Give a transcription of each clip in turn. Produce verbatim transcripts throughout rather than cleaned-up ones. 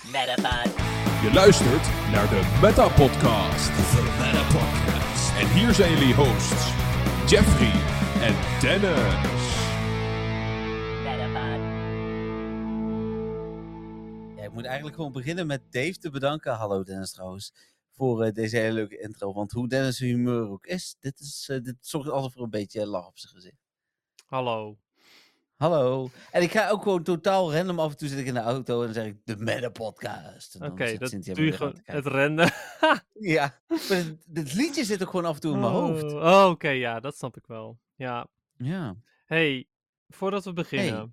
Metapod. Je luistert naar de Meta Podcast. De Meta Podcast. En hier zijn jullie hosts, Jeffrey en Dennis. Metapod. Ja, ik moet eigenlijk gewoon beginnen met Dave te bedanken. Hallo Dennis trouwens. Voor uh, deze hele leuke intro. Want hoe Dennis' humeur ook is, dit, is, uh, dit zorgt altijd voor een beetje lach op zijn gezicht. Hallo. Hallo. En ik ga ook gewoon totaal random af en toe zit ik in de auto en dan zeg ik de Meta Podcast. Oké, okay, dat Cynthia doe je gewoon het rennen. Ja, maar het, het liedje zit ook gewoon af en toe in mijn oh, hoofd. Oh, oké, okay, ja, dat snap ik wel. Ja. Ja. Hey, voordat we beginnen. Hey.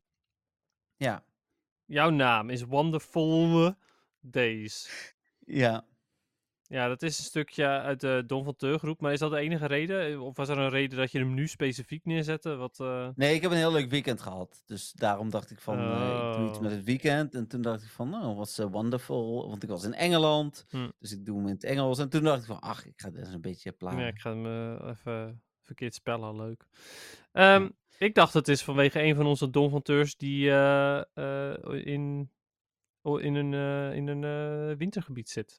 Ja. Jouw naam is Wonderful Days. Ja. Ja, dat is een stukje uit de Don van Teur groep, maar is dat de enige reden? Of was er een reden dat je hem nu specifiek neerzette? Wat, uh... Nee, ik heb een heel leuk weekend gehad. Dus daarom dacht ik van, oh. uh, ik doe iets met het weekend. En toen dacht ik van, nou, wat uh, wonderful. Want ik was in Engeland, hm. dus ik doe hem in het Engels. En toen dacht ik van, ach, ik ga dit eens een beetje plagen. Ja, ik ga hem uh, even verkeerd spellen, leuk. Um, ja. Ik dacht het is vanwege een van onze Don van Teurs die uh, uh, in, in een, uh, in een uh, wintergebied zit.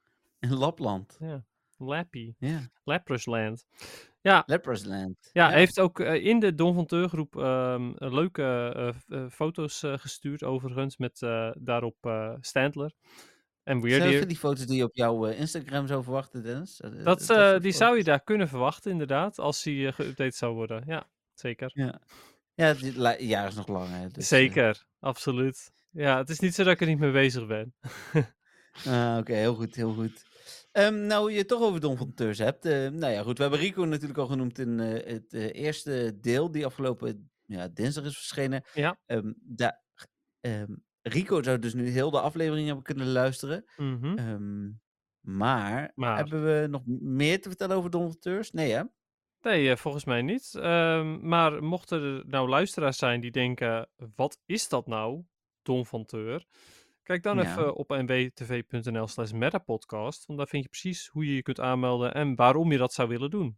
In Lapland. Ja, Lappy. Ja. Leprosland. Ja. Leprosland. Ja, hij heeft ook uh, in de Don van Teur groep um, leuke uh, uh, foto's uh, gestuurd overigens met uh, daarop uh, Standler. En Weird Zijn die foto's die je op jouw uh, Instagram zou verwachten, Dennis? Uh, dat, uh, dat die zou je daar kunnen verwachten inderdaad, als hij uh, geüpdate zou worden. Ja, zeker. Ja, ja het la- jaar is nog lang. Hè, dus, zeker, uh... absoluut. Ja, het is niet zo dat ik er niet mee bezig ben. uh, Oké, okay, heel goed, heel goed. Um, nou, je het toch over Don van Teurs hebt. Uh, nou ja, goed, we hebben Rico natuurlijk al genoemd in uh, het uh, eerste deel, die afgelopen ja, dinsdag is verschenen. Ja. Um, da- um, Rico zou dus nu heel de aflevering hebben kunnen luisteren. Mm-hmm. Um, maar, maar, hebben we nog meer te vertellen over Don van Teurs? Nee, hè? Nee, uh, volgens mij niet. Um, maar mochten er nou luisteraars zijn die denken, wat is dat nou, Don van Teur? Kijk dan ja. even op n w t v punt n l slash metapodcast, want daar vind je precies hoe je je kunt aanmelden en waarom je dat zou willen doen.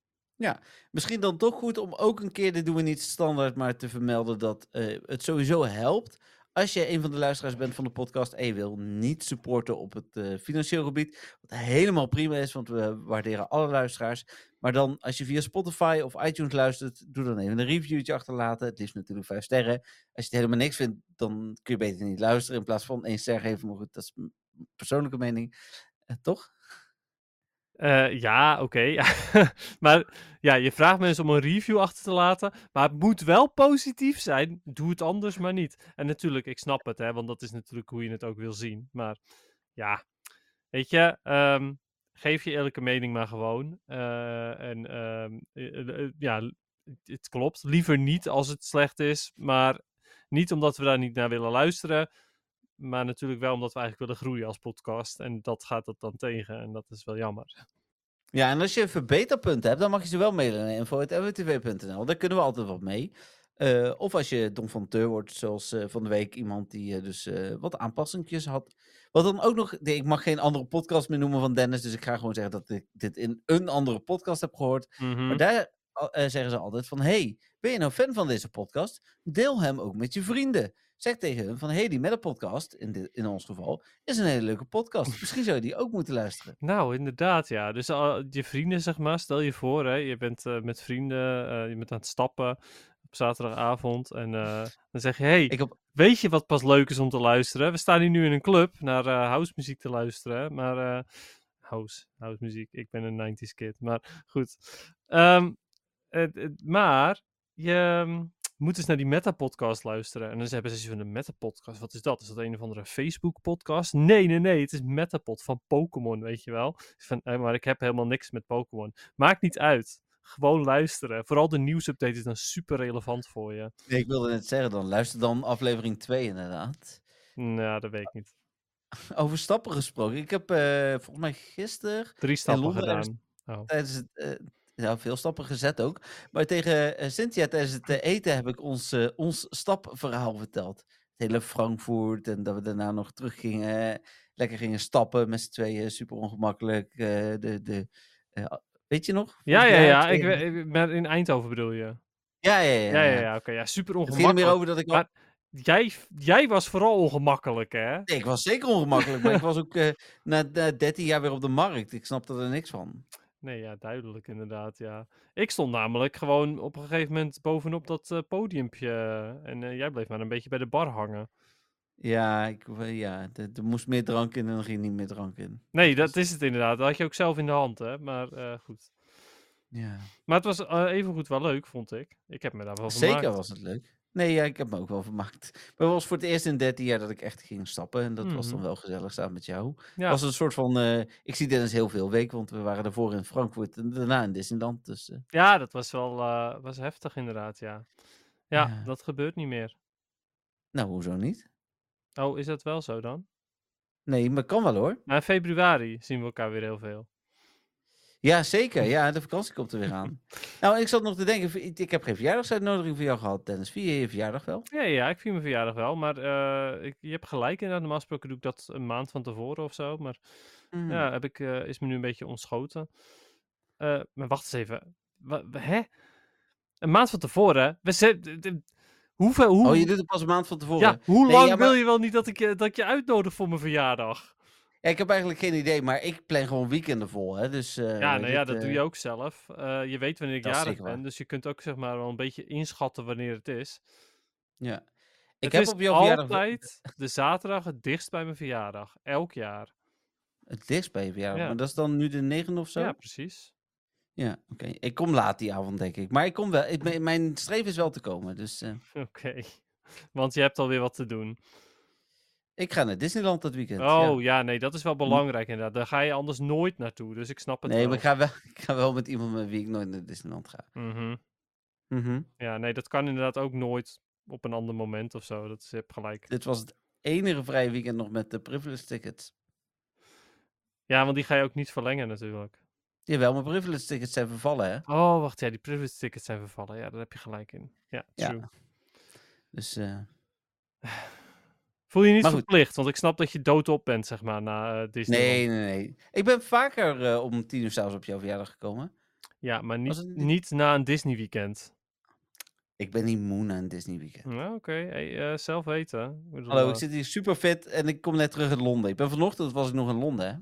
Ja, misschien dan toch goed om ook een keer, dit doen we niet standaard, maar te vermelden dat uh, het sowieso helpt. Als je een van de luisteraars bent van de podcast en je wil niet supporten op het uh, financieel gebied, wat helemaal prima is, want we waarderen alle luisteraars. Maar dan, als je via Spotify of iTunes luistert, doe dan even een reviewtje achterlaten. Het liefst natuurlijk vijf sterren. Als je het helemaal niks vindt, dan kun je beter niet luisteren in plaats van één ster geven. Maar goed, dat is mijn persoonlijke mening. Uh, toch? Uh, ja, oké. Okay. Maar ja, je vraagt mensen om een review achter te laten. Maar het moet wel positief zijn. Doe het anders maar niet. En natuurlijk, ik snap het, hè, want dat is natuurlijk hoe je het ook wil zien. Maar ja, weet je, um, geef je eerlijke mening maar gewoon. Uh, en um, uh, uh, ja, het klopt. Liever niet als het slecht is. Maar niet omdat we daar niet naar willen luisteren. Maar natuurlijk wel omdat we eigenlijk willen groeien als podcast. En dat gaat het dan tegen. En dat is wel jammer. Ja, en als je verbeterpunten hebt, dan mag je ze wel mailen naar info at n w t v punt n l. Daar kunnen we altijd wat mee. Uh, of als je Don van Teur wordt, zoals uh, van de week iemand die uh, dus uh, wat aanpassingjes had. Wat dan ook nog, nee, ik mag geen andere podcast meer noemen van Dennis, dus ik ga gewoon zeggen dat ik dit in een andere podcast heb gehoord. Mm-hmm. Maar daar uh, zeggen ze altijd van, hey, ben je nou fan van deze podcast? Deel hem ook met je vrienden. Zeg tegen hem van, hey, die Metapodcast, in, dit, in ons geval, is een hele leuke podcast. Misschien zou je die ook moeten luisteren. Nou, inderdaad, ja. Dus uh, je vrienden, zeg maar, stel je voor, hè, je bent uh, met vrienden, uh, je bent aan het stappen op zaterdagavond en uh, dan zeg je, hey, ik heb... weet je wat pas leuk is om te luisteren? We staan hier nu in een club naar uh, house muziek te luisteren, maar uh, house, house muziek, ik ben een nineties kid, maar goed. Um, uh, uh, maar je... moet eens naar die Meta-podcast luisteren. En dan hebben ze van de Meta-podcast. Wat is dat? Is dat een of andere Facebook-podcast? Nee, nee, nee. Het is Metapod van Pokémon, weet je wel. Van, eh, maar ik heb helemaal niks met Pokémon. Maakt niet uit. Gewoon luisteren. Vooral de nieuwsupdate is dan super relevant voor je. Nee, ik wilde net zeggen dan. Luister dan aflevering twee inderdaad. Nou, dat weet ik niet. Over stappen gesproken. Ik heb uh, volgens mij gisteren... Drie stappen gedaan. Oh. Tijdens het... Uh, Ja, veel stappen gezet ook. Maar tegen uh, Cynthia tijdens het uh, eten heb ik ons, uh, ons stapverhaal verteld. Het hele Frankfurt en dat we daarna nog terug gingen. Uh, lekker gingen stappen met z'n tweeën. Super ongemakkelijk. Uh, de, de, uh, weet je nog? Ja, ja, ja. Ik, ik, in Eindhoven bedoel je? Ja, ja, ja. Ja, ja, ja. Oké, okay, ja, super ongemakkelijk. Het ging er meer over dat ik... Al... Maar jij, jij was vooral ongemakkelijk, hè? Nee, ik was zeker ongemakkelijk, maar ik was ook uh, na, na dertien jaar weer op de markt. Ik snapte er niks van. Nee, ja, duidelijk inderdaad, ja. Ik stond namelijk gewoon op een gegeven moment bovenop dat uh, podiumpje en uh, jij bleef maar een beetje bij de bar hangen. Ja, ik, ja er, er moest meer drank in en er ging niet meer drank in. Nee, dat, dat is het inderdaad. Dat had je ook zelf in de hand, hè. Maar uh, goed. Ja. Maar het was uh, evengoed wel leuk, vond ik. Ik heb me daar wel Zeker vermaakt. was het leuk. Nee, ja, ik heb me ook wel vermaakt. Maar het was voor het eerst in dertien jaar dat ik echt ging stappen. En dat mm-hmm. was dan wel gezellig samen met jou. Ja. Was een soort van... Uh, ik zie Dennis heel veel week, want we waren daarvoor in Frankfurt en daarna in Disneyland. Dus, uh... Ja, dat was wel uh, was heftig inderdaad, ja. ja. Ja, dat gebeurt niet meer. Nou, hoezo niet? Oh, is dat wel zo dan? Nee, maar kan wel hoor. Maar in februari zien we elkaar weer heel veel. Ja, zeker. Ja, de vakantie komt er weer aan. Nou, ik zat nog te denken, ik heb geen verjaardagsuitnodiging voor jou gehad, Dennis. Vier je je verjaardag wel? Ja, ja, ik vier mijn verjaardag wel. Maar uh, ik, je hebt gelijk inderdaad. Normaal gesproken doe ik dat een maand van tevoren of zo. Maar mm. ja, heb ik, uh, is me nu een beetje ontschoten. Uh, maar wacht eens even. Wa- hè? Een maand van tevoren? We zijn... Hoeveel, hoe... Oh, je doet het pas een maand van tevoren? Ja, hoe nee, lang ja, maar... wil je wel niet dat ik, je, dat ik je uitnodig voor mijn verjaardag? Ja, ik heb eigenlijk geen idee, maar ik plan gewoon weekenden vol, hè. Dus, uh, ja, nou ja, het, dat uh... doe je ook zelf. Uh, je weet wanneer ik dat jarig ben, dus je kunt ook zeg maar wel een beetje inschatten wanneer het is. Ja. Het Ik heb is op jouw altijd verjaardag... de zaterdag het dichtst bij mijn verjaardag. Elk jaar. Het dichtst bij je verjaardag? Ja. Maar dat is dan nu de negende of zo? Ja, precies. Ja, oké. Okay. Ik kom laat die avond, denk ik. Maar ik kom wel. Ik, mijn streef is wel te komen, dus... Uh... Oké. Okay. Want je hebt alweer wat te doen. Ik ga naar Disneyland dat weekend. Oh, ja. ja, nee, dat is wel belangrijk inderdaad. Daar ga je anders nooit naartoe, dus ik snap het nee, wel. Nee, maar ik ga wel, ik ga wel met iemand met wie ik nooit naar Disneyland ga. Mm-hmm. Mm-hmm. Ja, nee, dat kan inderdaad ook nooit op een ander moment of zo. Dat is, je hebt gelijk. Dit was het enige vrije weekend nog met de privilege tickets. Ja, want die ga je ook niet verlengen natuurlijk. Jawel, maar privilege tickets zijn vervallen, hè? Oh, wacht, ja, die privilege tickets zijn vervallen. Ja, daar heb je gelijk in. Ja, true. Ja. Dus... Uh... Voel je niet verplicht, want ik snap dat je doodop bent, zeg maar, na uh, Disney. Nee, nee, nee. Ik ben vaker uh, om tien uur 's avonds op jouw verjaardag gekomen. Ja, maar niet, niet... niet na een Disney weekend. Ik ben niet moe na een Disney weekend. Nou, oké. Okay. Hey, uh, zelf weten. Ik Hallo, uh... ik zit hier super fit en ik kom net terug uit Londen. Ik ben vanochtend was ik nog in Londen, hè?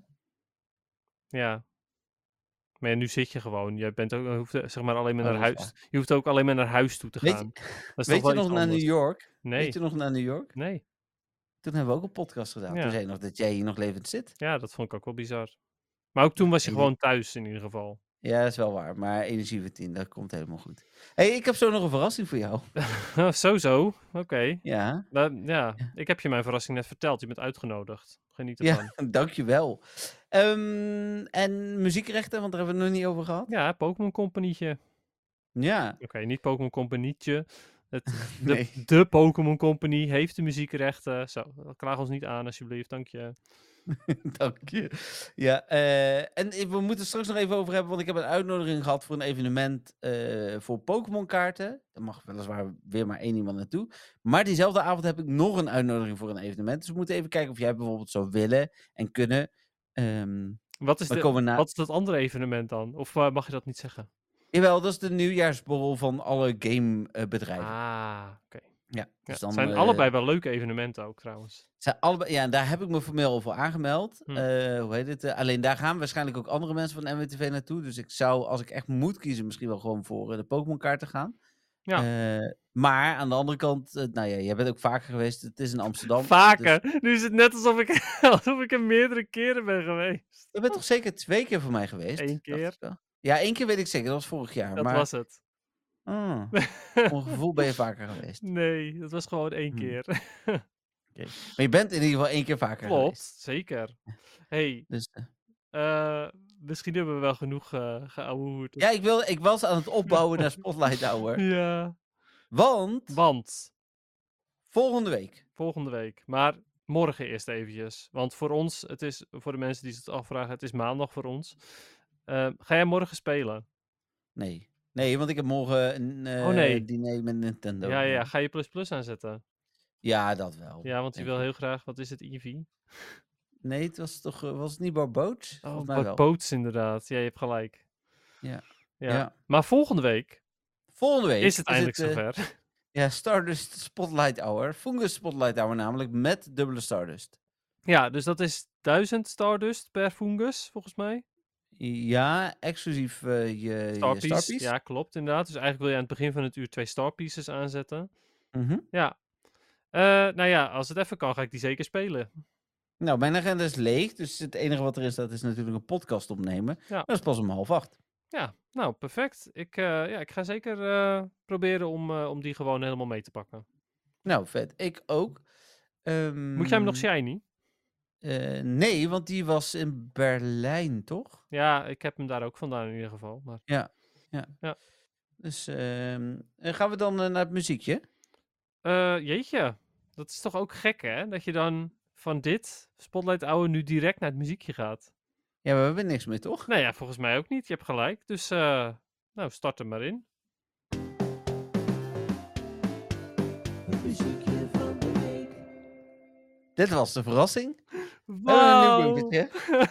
Ja. Maar ja, nu zit je gewoon. Je bent ook, hoeft zeg maar alleen maar oh, naar huis. Je hoeft ook alleen maar naar huis toe te gaan. Weet je, dat is weet je nog naar New York? Nee. Weet je nog naar New York? Nee. Toen hebben we ook een podcast gedaan. Ja. Toen zei je nog dat jij hier nog levend zit. Ja, dat vond ik ook wel bizar. Maar ook toen was je gewoon thuis in ieder geval. Ja, dat is wel waar. Maar energie voor tien, dat komt helemaal goed. Hé, hey, ik heb zo nog een verrassing voor jou. zo, zo. Oké. Okay. Ja. Uh, ja, ik heb je mijn verrassing net verteld. Je bent uitgenodigd. Geniet ervan. Ja, dankjewel. Um, en muziekrechten, want daar hebben we het nog niet over gehad. Ja, Pokémon Company'tje. Ja. Oké, okay, niet Pokémon Company'tje. Het, de nee. de Pokémon Company heeft de muziekrechten. Zo, klaag ons niet aan alsjeblieft, dank je. Dank je. Ja, uh, en we moeten het straks nog even over hebben, want ik heb een uitnodiging gehad voor een evenement uh, voor Pokémon kaarten. Daar mag weliswaar weer maar één iemand naartoe. Maar diezelfde avond heb ik nog een uitnodiging voor een evenement. Dus we moeten even kijken of jij bijvoorbeeld zou willen en kunnen. Um, wat, is de, na... wat is dat andere evenement dan? Of uh, mag je dat niet zeggen? Jawel, dat is de nieuwjaarsborrel van alle gamebedrijven. Ah, oké. Okay. Ja, dus ja, dan, het zijn uh, allebei wel leuke evenementen ook trouwens. Zijn allebei, ja, en daar heb ik me formeel al voor aangemeld. Hm. Uh, hoe heet het? Uh, alleen daar gaan waarschijnlijk ook andere mensen van M W T V naartoe. Dus ik zou, als ik echt moet kiezen, misschien wel gewoon voor uh, de Pokémon kaarten gaan. Ja. Uh, maar aan de andere kant, uh, nou ja, jij bent ook vaker geweest. Het is in Amsterdam. Vaker? Dus... Nu is het net alsof ik, alsof ik er meerdere keren ben geweest. Je bent toch zeker twee keer voor mij geweest? Eén keer. Ja, één keer weet ik zeker. Dat was vorig jaar. Dat maar... was het. Oh, voor een gevoel ben je vaker geweest. Nee, dat was gewoon één hmm. keer. Okay. Maar je bent in ieder geval één keer vaker Klopt, geweest. Klopt, zeker. Hey, dus, uh... Uh, misschien hebben we wel genoeg uh, geouwehoerd. Ja, ik, wil, ik was aan het opbouwen naar Spotlight Hour. Ja. Want... Want... Volgende week. Volgende week. Maar morgen eerst eventjes. Want voor ons, het is, voor de mensen die het afvragen, het is maandag voor ons. Uh, ga jij morgen spelen? Nee. Nee, want ik heb morgen een uh, oh, nee. diner met Nintendo. Ja, ja. Ga je Plus Plus aanzetten? Ja, dat wel. Ja, want je wil heel graag... Wat is het, Eevee? Nee, het was toch... Uh, was het niet Barboots? Oh, Barboots inderdaad. Ja, je hebt gelijk. Ja. ja. ja. Maar volgende week... Volgende week... Is het is eindelijk het, uh, zover. Ja, Stardust Spotlight Hour. Fungus Spotlight Hour namelijk, met dubbele Stardust. Ja, dus dat is duizend Stardust per Fungus, volgens mij. Ja, exclusief uh, je, je Starpiece. Ja, klopt, inderdaad. Dus eigenlijk wil je aan het begin van het uur twee Starpieces aanzetten. Mm-hmm. Ja. Uh, nou ja, als het even kan, ga ik die zeker spelen. Nou, mijn agenda is leeg, dus het enige wat er is, dat is natuurlijk een podcast opnemen. Ja. Dat is pas om half acht. Ja, nou, perfect. Ik, uh, ja, ik ga zeker uh, proberen om, uh, om die gewoon helemaal mee te pakken. Nou, vet. Ik ook. Um, Moet jij hem nog shiny? Uh, nee, want die was in Berlijn, toch? Ja, ik heb hem daar ook vandaan in ieder geval. Maar... Ja, ja. ja. Dus uh, gaan we dan uh, naar het muziekje? Uh, jeetje, dat is toch ook gek, hè? Dat je dan van dit Spotlight Hour nu direct naar het muziekje gaat. Ja, we hebben niks meer, toch? Nee, ja, volgens mij ook niet. Je hebt gelijk. Dus, uh, nou, start er maar in. Het muziekje van de week. Dit was de verrassing. Wow. Uh,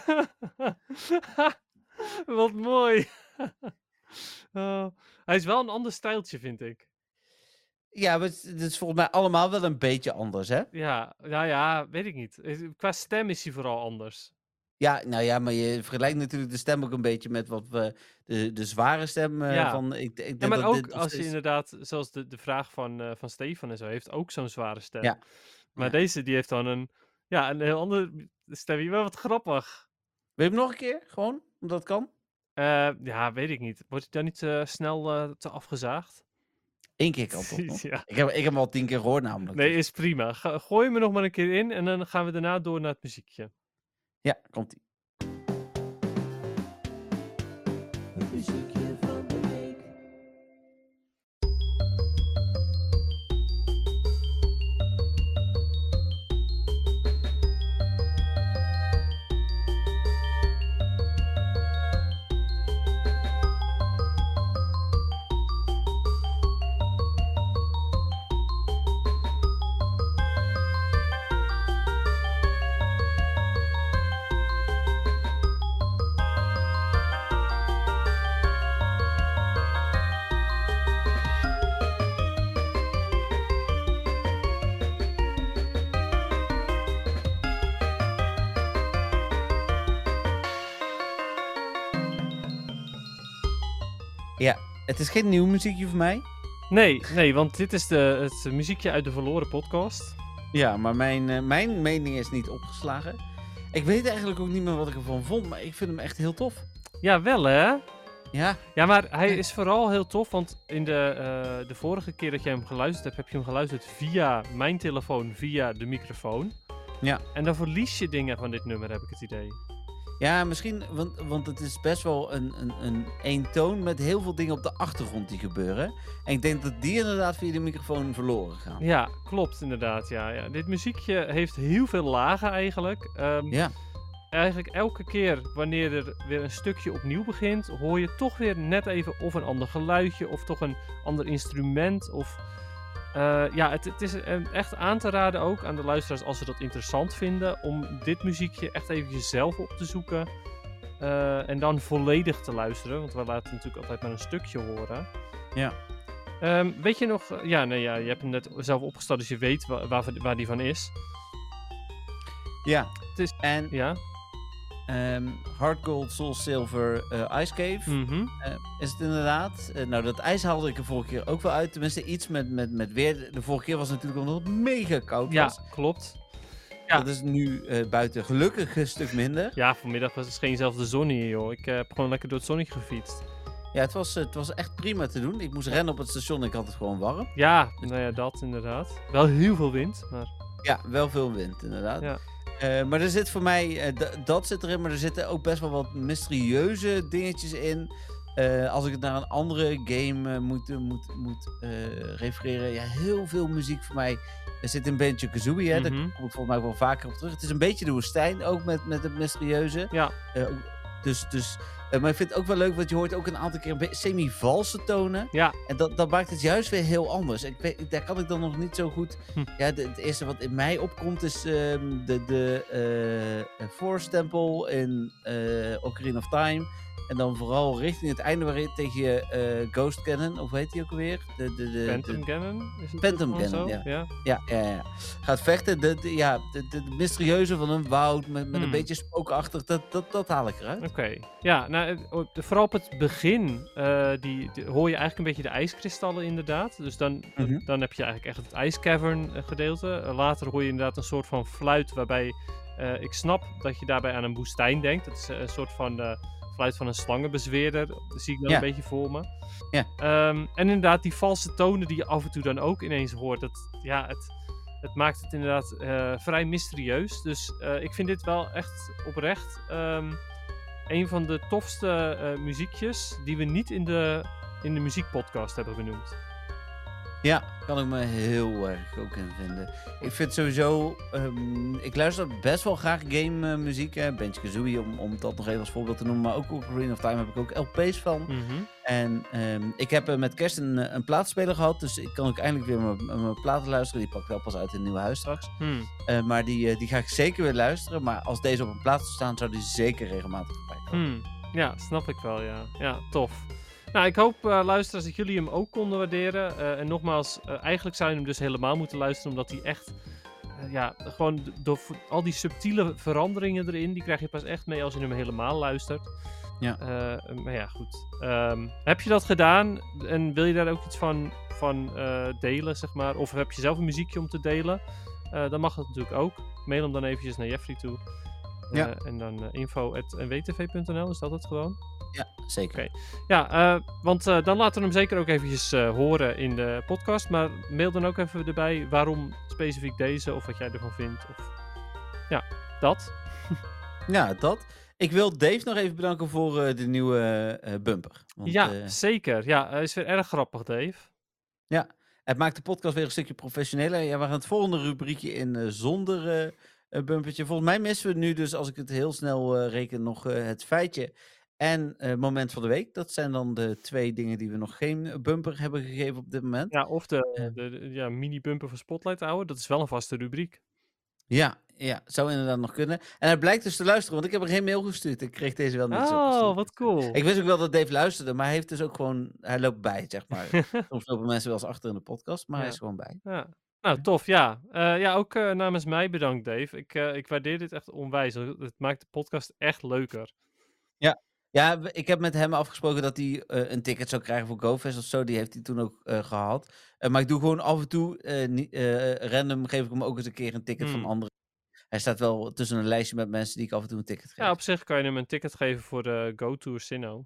Wat mooi. uh, hij is wel een ander stijltje, vind ik. Ja, maar het is volgens mij allemaal wel een beetje anders, hè? Ja, nou ja, weet ik niet. Qua stem is hij vooral anders. Ja, nou ja, maar je vergelijkt natuurlijk de stem ook een beetje met wat we de, de zware stem uh, ja. van. Ik, ik denk ja, maar dat ook dit als je is... inderdaad, zoals de, de vraag van, uh, van Stefan en zo, heeft ook zo'n zware stem. Ja. Maar ja. deze, die heeft dan een, ja, een heel andere stem. Wel wat grappig. Wil je hem nog een keer? Gewoon, omdat het kan? Uh, ja, weet ik niet. Wordt hij dan niet uh, snel uh, te afgezaagd? Eén keer kan toch nog? ja. ik, heb, ik heb hem al tien keer gehoord namelijk. Nee, is prima. Ga, gooi me nog maar een keer in en dan gaan we daarna door naar het muziekje. Ja, komt-ie. Het muziekje van de week. Ja, het is geen nieuw muziekje voor mij. Nee, nee, want dit is de, het muziekje uit de verloren podcast. Ja, maar mijn, uh, mijn mening is niet opgeslagen. Ik weet eigenlijk ook niet meer wat ik ervan vond, maar ik vind hem echt heel tof. Ja, wel hè? Ja. Ja, maar hij is vooral heel tof, want in de, uh, de vorige keer dat jij hem geluisterd hebt, heb je hem geluisterd via mijn telefoon, via de microfoon. Ja. En dan verlies je dingen van dit nummer, heb ik het idee. Ja, misschien, want, want het is best wel een, een, een eentoon met heel veel dingen op de achtergrond die gebeuren. En ik denk dat die inderdaad via de microfoon verloren gaan. Ja, klopt inderdaad. Ja, ja. Dit muziekje heeft heel veel lagen eigenlijk. Um, ja. Eigenlijk elke keer wanneer er weer een stukje opnieuw begint, hoor je toch weer net even of een ander geluidje of toch een ander instrument. Of, uh, ja, het, het is echt aan te raden ook aan de luisteraars als ze dat interessant vinden om dit muziekje echt eventjes zelf op te zoeken uh, en dan volledig te luisteren, want we laten natuurlijk altijd maar een stukje horen. Ja. Um, weet je nog, ja, nee, ja, je hebt hem net zelf opgesteld, dus je weet waar, waar, waar die van is. Ja, het is, en ja. Um, Hard Gold, Soul Silver, uh, Ice Cave. Mm-hmm. Uh, is het inderdaad. Uh, nou, dat ijs haalde ik de vorige keer ook wel uit. Tenminste, iets met, met, met weer. De vorige keer was het natuurlijk omdat het mega koud ja, was. Ja, klopt. Ja. Dat is nu uh, buiten gelukkig een stuk minder. Ja, vanmiddag was het scheen zelfs de zon hier, joh. Ik uh, heb gewoon lekker door het zonnetje gefietst. Ja, het was, uh, het was echt prima te doen. Ik moest rennen op het station en ik had het gewoon warm. Ja, dus... nou ja, dat inderdaad. Wel heel veel wind, maar... Ja, wel veel wind, inderdaad. Ja. Uh, maar er zit voor mij, uh, d- dat zit erin, maar er zitten ook best wel wat mysterieuze dingetjes in. Uh, als ik het naar een andere game uh, moet, uh, moet, moet uh, refereren. Ja, heel veel muziek voor mij. Er zit in Banjo-Kazooie, hè. Mm-hmm. Daar kom ik volgens mij wel vaker op terug. Het is een beetje de woestijn, ook met, met het mysterieuze. Ja. Uh, dus, dus, uh, maar ik vind het ook wel leuk, want je hoort ook een aantal keer semi-valse tonen. Ja. En dat, dat maakt het juist weer heel anders. Ik weet, daar kan ik dan nog niet zo goed... Hm. Ja, de, het eerste wat in mij opkomt is um, de, de uh, Forest Temple in uh, Ocarina of Time. En dan vooral richting het einde waarin tegen je uh, Ghost Cannon, of hoe heet die ook alweer? De, de, de, Phantom de, Cannon? Is het Phantom Cannon, ja. Ja. Ja, ja, ja. Gaat vechten. De, de, ja, de, de, de mysterieuze van een woud met, met Hmm. een beetje spookachtig, dat, dat, dat haal ik eruit. Oké. Okay. Ja, nou, vooral op het begin uh, die, die, hoor je eigenlijk een beetje de ijskristallen inderdaad. Dus dan, Mm-hmm. dan, dan heb je eigenlijk echt het ijscavern gedeelte. Uh, later hoor je inderdaad een soort van fluit waarbij... Uh, ik snap dat je daarbij aan een woestijn denkt. Het is een soort van uh, fluit van een slangenbezweerder. Dat zie ik dan ja. een beetje voor me. Ja. Um, en inderdaad, die valse tonen die je af en toe dan ook ineens hoort. Dat, ja, het, het maakt het inderdaad uh, vrij mysterieus. Dus uh, ik vind dit wel echt oprecht um, een van de tofste uh, muziekjes die we niet in de, in de muziekpodcast hebben benoemd. Ja, kan ik me heel erg ook in vinden. Ik vind sowieso... Um, ik luister best wel graag game uh, muziek. Hè. Banjo-Kazooie, om, om dat nog even als voorbeeld te noemen. Maar ook Ocarina of Time heb ik ook L P's van. Mm-hmm. En um, ik heb uh, met kerst een, een plaatspeler gehad. Dus ik kan ook eindelijk weer mijn platen luisteren. Die pak ik wel pas uit in een nieuw huis straks. Hmm. Uh, maar die, uh, die ga ik zeker weer luisteren. Maar als deze op een plaats zou staan, zou die zeker regelmatig erbij komen. Hmm. Ja, snap ik wel, ja. Ja, tof. Nou, ik hoop, uh, luisteraars, dat jullie hem ook konden waarderen. Uh, en nogmaals, uh, eigenlijk zou je hem dus helemaal moeten luisteren, omdat hij echt, uh, ja, gewoon door al die subtiele veranderingen erin, die krijg je pas echt mee als je hem helemaal luistert. Ja. Uh, maar ja, goed. Um, heb je dat gedaan en wil je daar ook iets van, van uh, delen, zeg maar? Of heb je zelf een muziekje om te delen? Uh, dan mag dat natuurlijk ook. Mail hem dan eventjes naar Jeffrey toe. Uh, ja. En dan uh, info at n w t v punt n l, is dat het gewoon? Ja, zeker. Okay. Ja, uh, want uh, dan laten we hem zeker ook eventjes uh, horen in de podcast. Maar mail dan ook even erbij waarom specifiek deze, of wat jij ervan vindt. Of... Ja, dat. Ja, dat. Ik wil Dave nog even bedanken voor uh, de nieuwe uh, bumper. Want, ja, uh... zeker. Ja, hij is weer erg grappig, Dave. Ja, het maakt de podcast weer een stukje professioneler. Ja, we gaan het volgende rubriekje in uh, zonder uh, uh, bumpertje. Volgens mij missen we nu dus, als ik het heel snel uh, reken, nog uh, het feitje en uh, moment van de week. Dat zijn dan de twee dingen die we nog geen bumper hebben gegeven op dit moment. Ja, of de, uh. de, de ja, mini-bumper van Spotlight houden. Dat is wel een vaste rubriek. Ja, ja, zou inderdaad nog kunnen. En hij blijkt dus te luisteren, want ik heb er geen mail gestuurd. Ik kreeg deze wel niet oh, zo gestuurd. Oh, wat cool. Ik wist ook wel dat Dave luisterde, maar hij heeft dus ook gewoon... Hij loopt bij, zeg maar. Soms lopen mensen wel eens achter in de podcast, maar ja. Hij is gewoon bij. Ja. Nou, tof, ja. Uh, ja, ook uh, namens mij bedankt, Dave. Ik, uh, ik waardeer dit echt onwijs. Het maakt de podcast echt leuker. Ja. Ja, ik heb met hem afgesproken dat hij uh, een ticket zou krijgen voor GoFest of zo. Die heeft hij toen ook uh, gehad. Uh, maar ik doe gewoon af en toe, uh, niet, uh, random geef ik hem ook eens een keer een ticket hmm. van anderen. Hij staat wel tussen een lijstje met mensen die ik af en toe een ticket geef. Ja, op zich kan je hem een ticket geven voor de Go-Tour Sinnoh.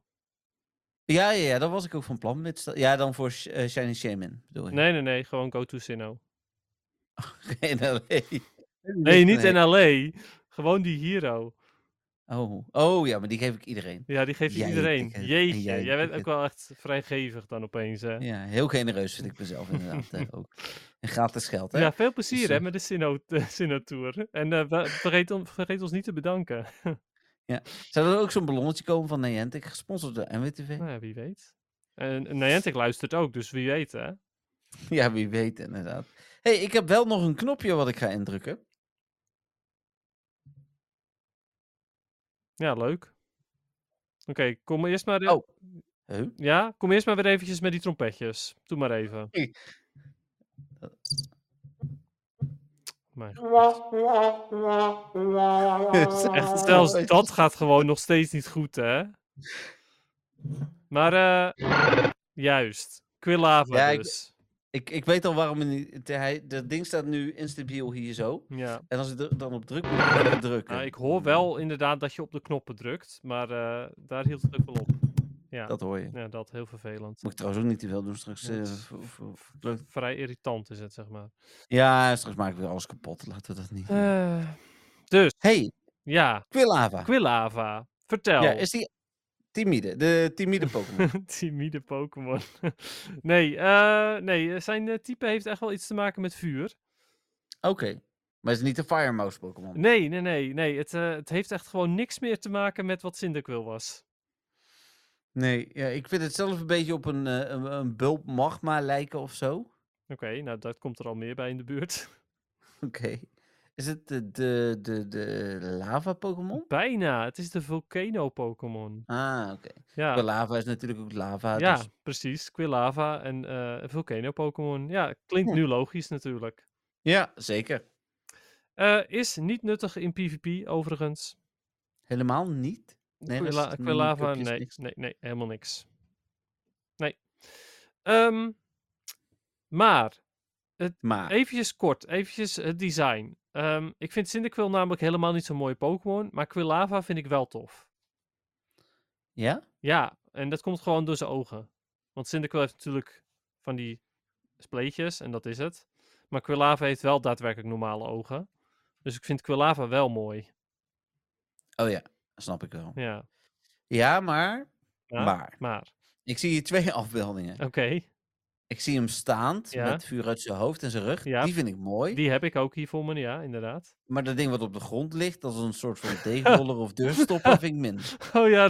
Ja, ja, ja, daar was ik ook van plan. Met ja, dan voor uh, Shiny Shaman, bedoel je? Nee, nee, nee, gewoon Go-Tour Sinnoh. In L A. Nee, niet nee. in L A. Gewoon die Hero. Oh. oh, ja, maar die geef ik iedereen. Ja, die geef je iedereen. Ticket. Jeetje, jij, jij bent ook wel echt vrijgevig dan opeens, hè? Ja, heel genereus vind ik mezelf inderdaad uh, ook. En gratis geld, hè? Ja, veel plezier, dus, uh... hè, met de Sinnoh-tour. En uh, vergeet, on, vergeet ons niet te bedanken. Ja. Zou er ook zo'n ballonnetje komen van Niantic, gesponsord door N W T V? Nou ja, wie weet. En Niantic luistert ook, dus wie weet, hè? Ja, wie weet, inderdaad. Hé, hey, ik heb wel nog een knopje wat ik ga indrukken. Ja, leuk. Oké, okay, kom eerst maar... De... Oh. Huh? Ja, kom eerst maar weer eventjes met die trompetjes. Doe maar even. Hey. Mijn God. Echt, zelfs dat gaat gewoon nog steeds niet goed, hè? Maar, uh, juist. Quilava ja, dus. Ik, ik, ik weet al waarom... Het, hij, dat ding staat nu instabiel hier zo. Ja. En als ik er dan op druk, moet ik even drukken. Nou, ik hoor wel inderdaad dat je op de knoppen drukt. Maar uh, daar hield het ook wel op. Ja. Dat hoor je. Ja, dat heel vervelend. Moet ik trouwens ook niet te veel doen straks. Uh, v- vrij irritant is het, zeg maar. Ja, straks maken we alles kapot. Laten we dat niet. Uh, dus. Hey. Ja. Quilava. Quilava. Vertel. Ja, is die timide? De timide Pokémon. timide Pokémon. nee, uh, nee, zijn uh, type heeft echt wel iets te maken met vuur. Oké. Okay. Maar het is niet een Fire Mouse Pokémon. Nee, nee, nee. nee. Het, uh, het heeft echt gewoon niks meer te maken met wat Cyndaquil was. Nee, ja, ik vind het zelf een beetje op een, uh, een, een bulb magma lijken of zo. Oké, okay, nou dat komt er al meer bij in de buurt. Oké. Okay. Is het de, de, de, de lava-Pokémon? Bijna. Het is de Volcano-Pokémon. Ah, oké. Okay. Ja. Quilava is natuurlijk ook lava. Ja, dus... precies. Quilava en uh, Volcano-Pokémon. Ja, klinkt hm. nu logisch natuurlijk. Ja, zeker. Uh, is niet nuttig in PvP, overigens. Helemaal niet? Nee, Quila- Quilava, nee, niks. nee, nee, helemaal niks. Nee. Um, maar, het, maar, eventjes kort, eventjes het design. Um, ik vind Cyndaquil namelijk helemaal niet zo'n mooie Pokémon, maar Quilava vind ik wel tof. Ja? Ja, en dat komt gewoon door zijn ogen. Want Cyndaquil heeft natuurlijk van die spleetjes en dat is het. Maar Quilava heeft wel daadwerkelijk normale ogen. Dus ik vind Quilava wel mooi. Oh ja, snap ik wel. Ja, ja maar, ja, maar... Maar. Ik zie hier twee afbeeldingen. Oké. Okay. Ik zie hem staand ja. met vuur uit zijn hoofd en zijn rug. Ja. Die vind ik mooi. Die heb ik ook hier voor me, ja, inderdaad. Maar dat ding wat op de grond ligt, dat is een soort van deegroller of deurstopper, vind ik minder. Oh ja.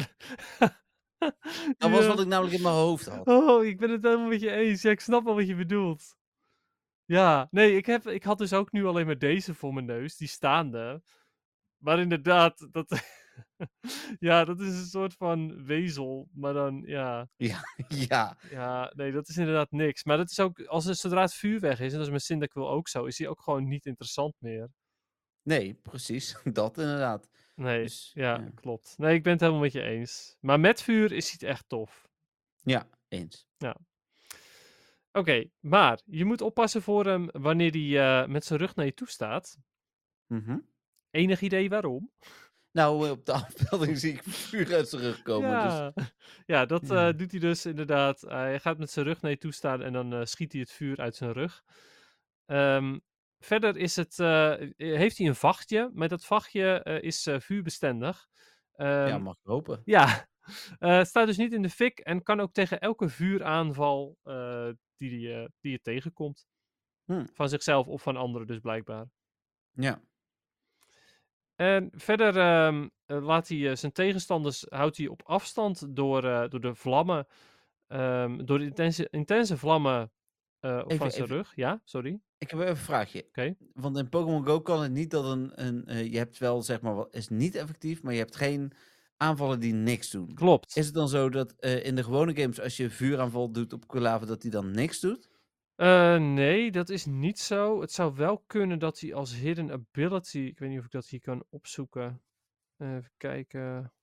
Dat was wat ik namelijk in mijn hoofd had. Oh, ik ben het helemaal met je eens. Ja, ik snap wel wat je bedoelt. Ja, nee, ik, heb, ik had dus ook nu alleen maar deze voor mijn neus, die staande. Maar inderdaad, dat... ja, dat is een soort van wezel, maar dan, ja... Ja, ja. Ja, nee, dat is inderdaad niks. Maar dat is ook, als het, zodra het vuur weg is, en dat is met Cyndaquil ook zo, is hij ook gewoon niet interessant meer. Nee, precies. Dat inderdaad. Nee, dus, ja, ja, klopt. Nee, ik ben het helemaal met je eens. Maar met vuur is hij echt tof. Ja, eens. Ja. Oké, okay, maar je moet oppassen voor hem wanneer hij uh, met zijn rug naar je toe staat. Mm-hmm. Enig idee waarom? Nou, op de afbeelding zie ik vuur uit zijn rug komen. Ja, dus... ja dat ja. Uh, doet hij dus inderdaad. Uh, hij gaat met zijn rug naar je toe staan en dan uh, schiet hij het vuur uit zijn rug. Um, verder is het, uh, heeft hij een vachtje. Met dat vachtje uh, is uh, vuurbestendig. Um, ja, mag ik hopen. Ja, uh, staat dus niet in de fik en kan ook tegen elke vuuraanval uh, die, die, uh, die je tegenkomt. Hmm. Van zichzelf of van anderen dus blijkbaar. Ja. En verder um, uh, laat hij uh, zijn tegenstanders houdt hij op afstand door, uh, door de vlammen, um, door de intense, intense vlammen uh, even, van zijn even. rug. Ja, sorry. Ik heb even een vraagje. Okay. Want in Pokémon Go kan het niet dat een, een uh, je hebt wel zeg maar, is niet effectief, maar je hebt geen aanvallen die niks doen. Klopt. Is het dan zo dat uh, in de gewone games als je vuuraanval doet op Quilava dat hij dan niks doet? Uh, nee, dat is niet zo. Het zou wel kunnen dat hij als hidden ability... Ik weet niet of ik dat hier kan opzoeken. Even kijken.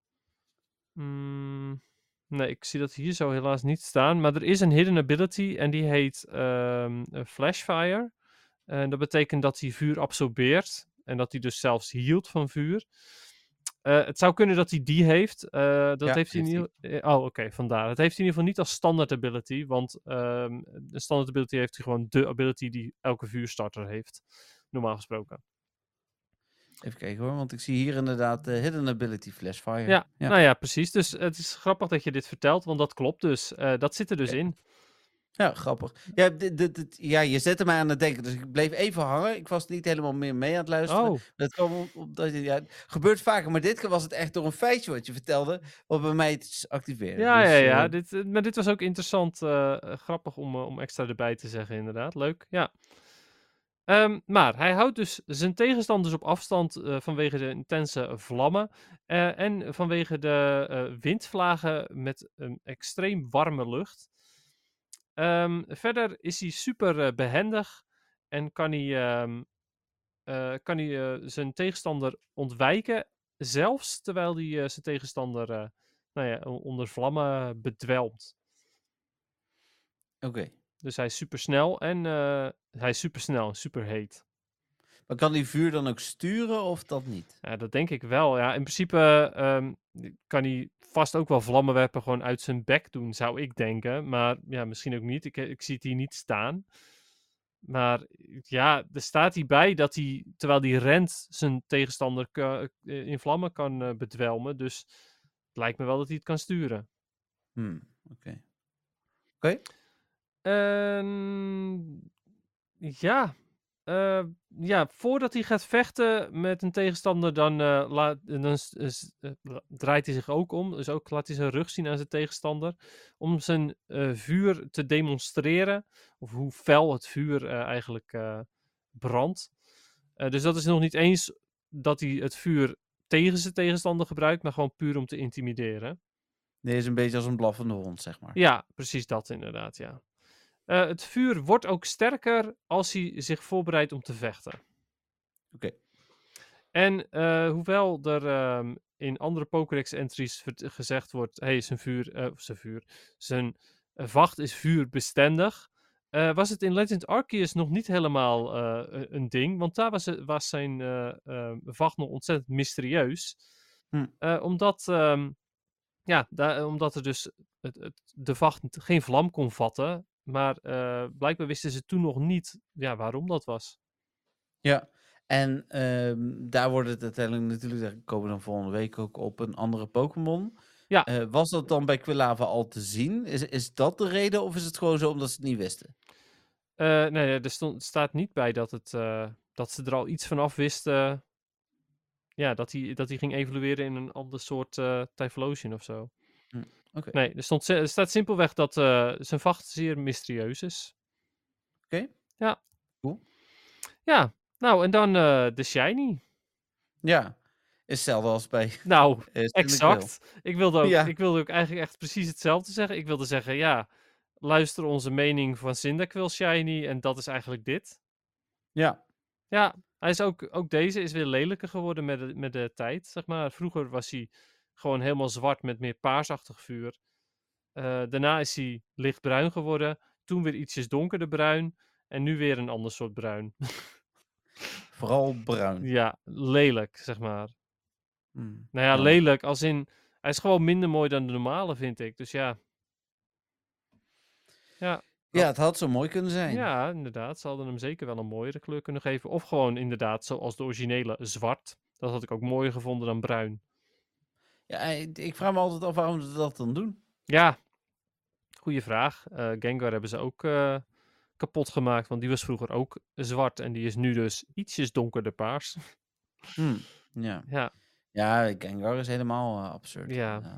Mm, nee, ik zie dat hier zo helaas niet staan. Maar er is een hidden ability en die heet um, Flashfire. En dat betekent dat hij vuur absorbeert. En dat hij dus zelfs healt van vuur. Uh, het zou kunnen dat hij die heeft. Uh, dat ja, heeft hij in ieder geval... Oh, oké, okay, vandaar. Het heeft hij in ieder geval niet als standaard ability. Want um, de standaard ability heeft hij gewoon de ability die elke vuurstarter heeft. Normaal gesproken. Even kijken hoor, want ik zie hier inderdaad uh, hidden ability Flashfire. Ja, ja, nou ja, precies. Dus het is grappig dat je dit vertelt, want dat klopt dus. Uh, dat zit er dus okay. in. Ja, grappig. Ja, dit, dit, dit, ja, je zette mij aan het denken, dus ik bleef even hangen. Ik was niet helemaal meer mee aan het luisteren. Oh. Dat kwam op, op, dat, ja, gebeurt vaker, maar dit keer was het echt door een feitje wat je vertelde, wat bij mij iets activeerde. Ja, dus, ja, ja. Uh... Dit, maar dit was ook interessant, uh, grappig om, uh, om extra erbij te zeggen, inderdaad. Leuk, ja. Um, maar hij houdt dus zijn tegenstanders op afstand uh, vanwege de intense vlammen uh, en vanwege de uh, windvlagen met een extreem warme lucht. Um, verder is hij super uh, behendig en kan hij, um, uh, kan hij uh, zijn tegenstander ontwijken, zelfs terwijl hij uh, zijn tegenstander uh, nou ja, onder vlammen bedwelmt. Oké. Okay. Dus hij is super snel en uh, hij is super snel en super heet. Maar kan die vuur dan ook sturen of dat niet? Ja, dat denk ik wel. Ja, in principe um, kan hij vast ook wel vlammenwerpen gewoon uit zijn bek doen, zou ik denken. Maar ja, misschien ook niet. Ik, ik zie het hier niet staan. Maar ja, er staat hierbij dat hij, terwijl hij rent, zijn tegenstander k- in vlammen kan uh, bedwelmen. Dus het lijkt me wel dat hij het kan sturen. Hmm, oké. Okay. Oké. Okay. Um, ja... Uh, ja, voordat hij gaat vechten met een tegenstander, dan, uh, laat, dan uh, draait hij zich ook om. Dus ook laat hij zijn rug zien aan zijn tegenstander. Om zijn uh, vuur te demonstreren. Of hoe fel het vuur uh, eigenlijk uh, brandt. Uh, dus dat is nog niet eens dat hij het vuur tegen zijn tegenstander gebruikt, maar gewoon puur om te intimideren. Nee, is een beetje als een blaffende hond, zeg maar. Ja, precies dat inderdaad, ja. Uh, het vuur wordt ook sterker als hij zich voorbereidt om te vechten. Oké. Okay. En uh, hoewel er um, in andere Pokédex-entries gezegd wordt, hey, zijn vuur, uh, zijn vuur, zijn uh, vacht is vuurbestendig, uh, was het in Legend Arceus nog niet helemaal uh, een ding, want daar was, het, was zijn uh, uh, vacht nog ontzettend mysterieus. Hm. Uh, omdat, um, ja, daar, omdat er dus het, het, de vacht geen vlam kon vatten, maar uh, blijkbaar wisten ze toen nog niet ja, waarom dat was. Ja. En um, daar wordt het uiteindelijk natuurlijk, daar komen we dan volgende week ook op, een andere Pokémon. Ja. Uh, was dat dan bij Quilava al te zien? Is, is dat de reden of is het gewoon zo omdat ze het niet wisten? Uh, nee, er stond, staat niet bij dat, het, uh, dat ze er al iets van af wisten. Ja, dat hij, dat hij ging evolueren in een ander soort uh, Typhlosion of zo. Hm, okay. Nee, er, stond, er staat simpelweg dat uh, zijn vacht zeer mysterieus is. Oké. Okay. Ja. Cool. Ja. Nou, en dan uh, de Shiny. Ja, is hetzelfde als bij... Nou, uh, exact. Ik wilde, ook, ja. ik wilde ook eigenlijk echt precies hetzelfde zeggen. Ik wilde zeggen, ja, luister onze mening van Cyndaquil Shiny en dat is eigenlijk dit. Ja. Ja, hij is ook, ook deze is weer lelijker geworden met de, met de tijd, zeg maar. Vroeger was hij gewoon helemaal zwart met meer paarsachtig vuur. Uh, daarna is hij lichtbruin geworden. Toen weer ietsjes donkerder bruin. En nu weer een ander soort bruin. Vooral bruin. Ja, lelijk, zeg maar. Hmm. Nou ja, ja, lelijk als in... Hij is gewoon minder mooi dan de normale, vind ik. Dus ja. Ja. Ja, het had zo mooi kunnen zijn. Ja, inderdaad. Ze hadden hem zeker wel een mooiere kleur kunnen geven. Of gewoon inderdaad, zoals de originele, zwart. Dat had ik ook mooier gevonden dan bruin. Ja, ik vraag me altijd af waarom ze dat dan doen. Ja, goeie vraag. Uh, Gengar hebben ze ook uh, kapot gemaakt, want die was vroeger ook zwart. En die is nu dus ietsjes donkerder paars. Hmm, ja. Ja. Ja, Gengar is helemaal uh, absurd. Ja. Oké.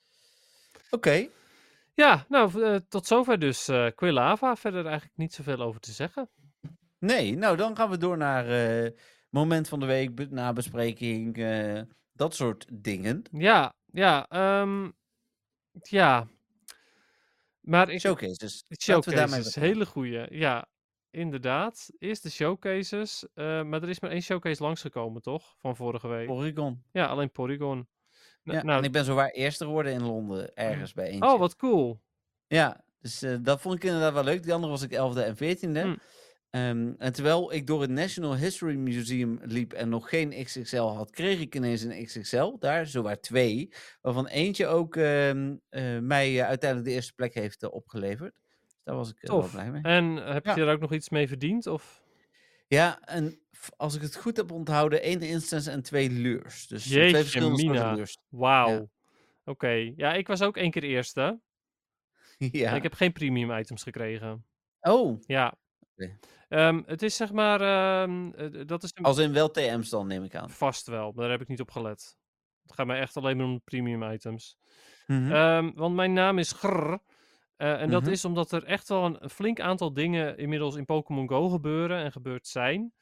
Okay. Ja, nou, uh, tot zover dus uh, Quilava. Verder eigenlijk niet zoveel over te zeggen. Nee, nou dan gaan we door naar uh, moment van de week, nabespreking, uh, dat soort dingen. Ja, ja, um, ja. Maar ik, showcases. Showcases, hele goeie. Ja, inderdaad. Eerst de showcases. Uh, maar er is maar één showcase langsgekomen, toch? Van vorige week. Porygon. Ja, alleen Porygon. Ja, nou, en ik ben zowaar eerste geworden in Londen, ergens bij eentje. Oh, wat cool. Ja, dus uh, dat vond ik inderdaad wel leuk. Die andere was ik elfde en veertiende. Hmm. Um, en terwijl ik door het National History Museum liep en nog geen X X L had, kreeg ik ineens een X X L. Daar, zowaar twee. Waarvan eentje ook uh, uh, mij uh, uiteindelijk de eerste plek heeft uh, opgeleverd. Dus daar was ik uh, wel blij mee. En heb ja. je er ook nog iets mee verdiend? Of? Ja, en als ik het goed heb onthouden, één instance en twee lures. Dus Jeetje, twee verschillende soorten lures. Wauw. Ja. Oké. Okay. Ja, ik was ook één keer eerste. Ja. En ik heb geen premium items gekregen. Oh. Ja. Okay. Um, het is zeg maar... Um, uh, dat is een... Als in wel T M's dan, neem ik aan. Vast wel, maar daar heb ik niet op gelet. Het gaat mij echt alleen maar om de premium items. Mm-hmm. Um, want mijn naam is Grrr. Uh, en mm-hmm. dat is omdat er echt wel een, een flink aantal dingen inmiddels in Pokémon Go gebeuren en gebeurd zijn.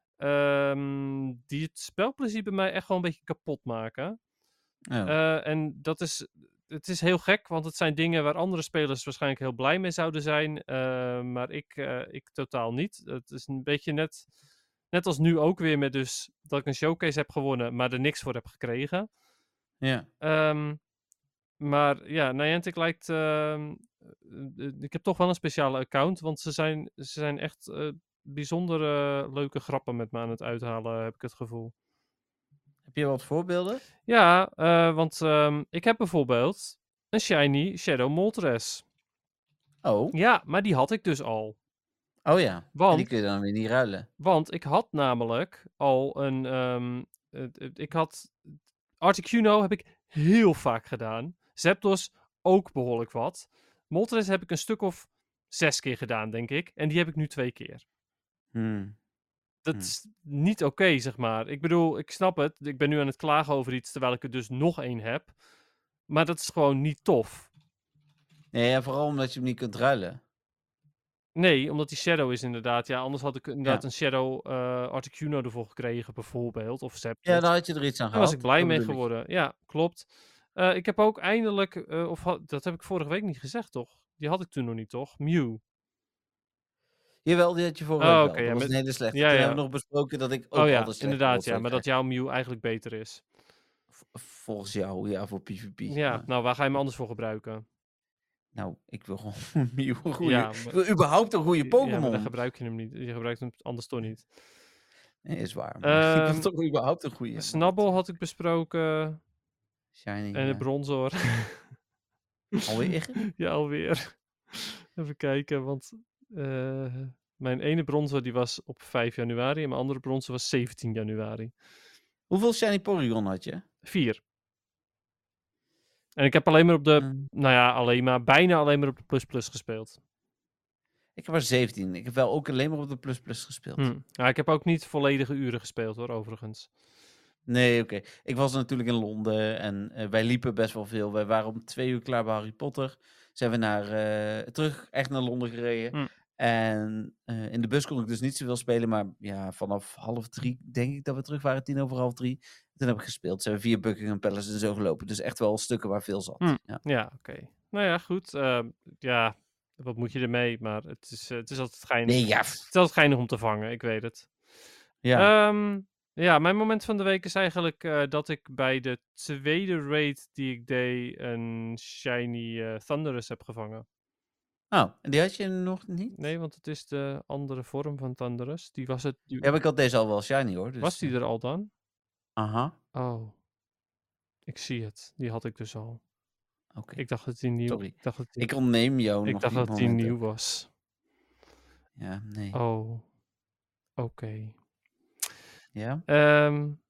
Um, die het spelplezier bij mij echt wel een beetje kapot maken. Oh. Uh, en dat is... Het is heel gek, want het zijn dingen waar andere spelers waarschijnlijk heel blij mee zouden zijn. Uh, maar ik, uh, ik totaal niet. Het is een beetje net, net als nu ook weer met dus dat ik een showcase heb gewonnen, maar er niks voor heb gekregen. Ja. Um, maar ja, Niantic lijkt... Uh, ik heb toch wel een speciale account, want ze zijn, ze zijn echt uh, bijzonder uh, leuke grappen met me aan het uithalen, heb ik het gevoel. Heb je wat voorbeelden? Ja, uh, want um, ik heb bijvoorbeeld een shiny Shadow Moltres. Oh. Ja, maar die had ik dus al. Oh ja, want, en die kun je dan weer niet ruilen. Want ik had namelijk al een... Um, uh, uh, ik had... Articuno heb ik heel vaak gedaan. Zapdos ook behoorlijk wat. Moltres heb ik een stuk of zes keer gedaan, denk ik. En die heb ik nu twee keer. Hmm. Dat Hmm. is niet oké, okay, zeg maar. Ik bedoel, ik snap het. Ik ben nu aan het klagen over iets, terwijl ik er dus nog één heb. Maar dat is gewoon niet tof. Nee, ja, vooral omdat je hem niet kunt ruilen. Nee, omdat die Shadow is inderdaad. Ja, anders had ik inderdaad Ja. een Shadow uh, Articuno ervoor gekregen, bijvoorbeeld. Of Zapdos. Ja, dan had je er iets aan Daar gehad. was ik blij dat mee bedoel ik. geworden. Ja, klopt. Uh, ik heb ook eindelijk, uh, of had, dat heb ik vorige week niet gezegd, toch? Die had ik toen nog niet, toch? Mew. Jawel, die had je vorige Oh, week oké. wel. ja, Dat was met... een hele slechte. Ja, Toen ja. hebben we nog besproken dat ik ook Oh ja, altijd slechte inderdaad, ja. rotzooi Maar dat krijg. jouw Mew eigenlijk beter is. V- Volgens jou, ja, voor PvP. Ja, maar- nou, waar ga je hem anders voor gebruiken? Nou, ik wil gewoon een Mew, een goede... Ja, Ik maar- wil überhaupt een goede Ja, maar dan Pokémon. gebruik je hem niet. Je gebruikt hem anders toch niet. Nee, is waar. Maar ik Ehm, wil toch überhaupt een goede. Snubbull had ik besproken. Shiny, En de ja. Bronzor. Alweer? Ja, alweer. Even kijken, want eh, mijn ene Bronzor die was op vijf januari en mijn andere Bronzor was zeventien januari. Hoeveel Shiny Porygon had je? Vier. En ik heb alleen maar op de, Hmm. nou ja, alleen maar, bijna alleen maar op de Plus Plus gespeeld. Ik heb er zeventien. Ik heb wel ook alleen maar op de Plus Plus gespeeld. Hm. Ja, ik heb ook niet volledige uren gespeeld hoor, overigens. Nee, oké. Okay. Ik was natuurlijk in Londen en uh, wij liepen best wel veel. Wij waren om twee uur klaar bij Harry Potter. Zijn we naar, uh, terug echt naar Londen gereden. Hm. En uh, in de bus kon ik dus niet zoveel spelen. Maar ja, vanaf half drie denk ik dat we terug waren. Tien over half drie. Toen heb ik gespeeld. Zijn we via Buckingham Palace en zo gelopen. Dus echt wel stukken waar veel zat. Hm. Ja, ja oké. Okay. Nou ja, goed. Uh, ja, wat moet je ermee? Maar het is, uh, het is altijd geinig. Nee, ja. Het is altijd geinig om te vangen, ik weet het. Ja. Um, ja, mijn moment van de week is eigenlijk uh, dat ik bij de tweede raid die ik deed een shiny uh, Thundurus heb gevangen. Oh, en die had je nog niet? Nee, want het is de andere vorm van Thundurus. Die was het... Die... Ja, maar ik had deze al wel shiny hoor. Dus... Was die er al dan? Aha. Oh. Ik zie het. Die had ik dus al. Oké. Okay. Ik dacht dat die nieuw... Sorry. Ik, dacht dat die... ik ontneem jou ik nog dacht die dat die momenten. nieuw was. Ja, nee. Oh. Oké. Okay. Ja? Um...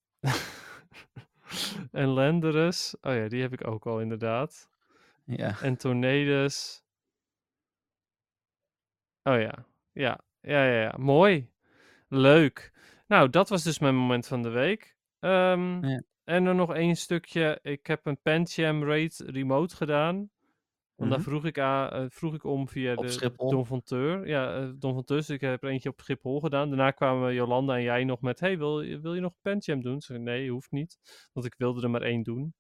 en Landorus. Oh ja, die heb ik ook al inderdaad. Ja. En Tornadus. Oh ja. Ja. Ja, ja, ja. Mooi. Leuk. Nou, dat was dus mijn moment van de week. Um, ja. En er nog één stukje. Ik heb een Pancham raid remote gedaan. Want mm-hmm. daar vroeg ik, aan, uh, vroeg ik om via op de Schiphol. Don van Teur. Ja, uh, Don van Teur. Dus ik heb er eentje op Schiphol gedaan. Daarna kwamen Jolanda en jij nog met... Hey, wil, wil je nog Pancham doen? Zei, nee, hoeft niet. Want ik wilde er maar één doen.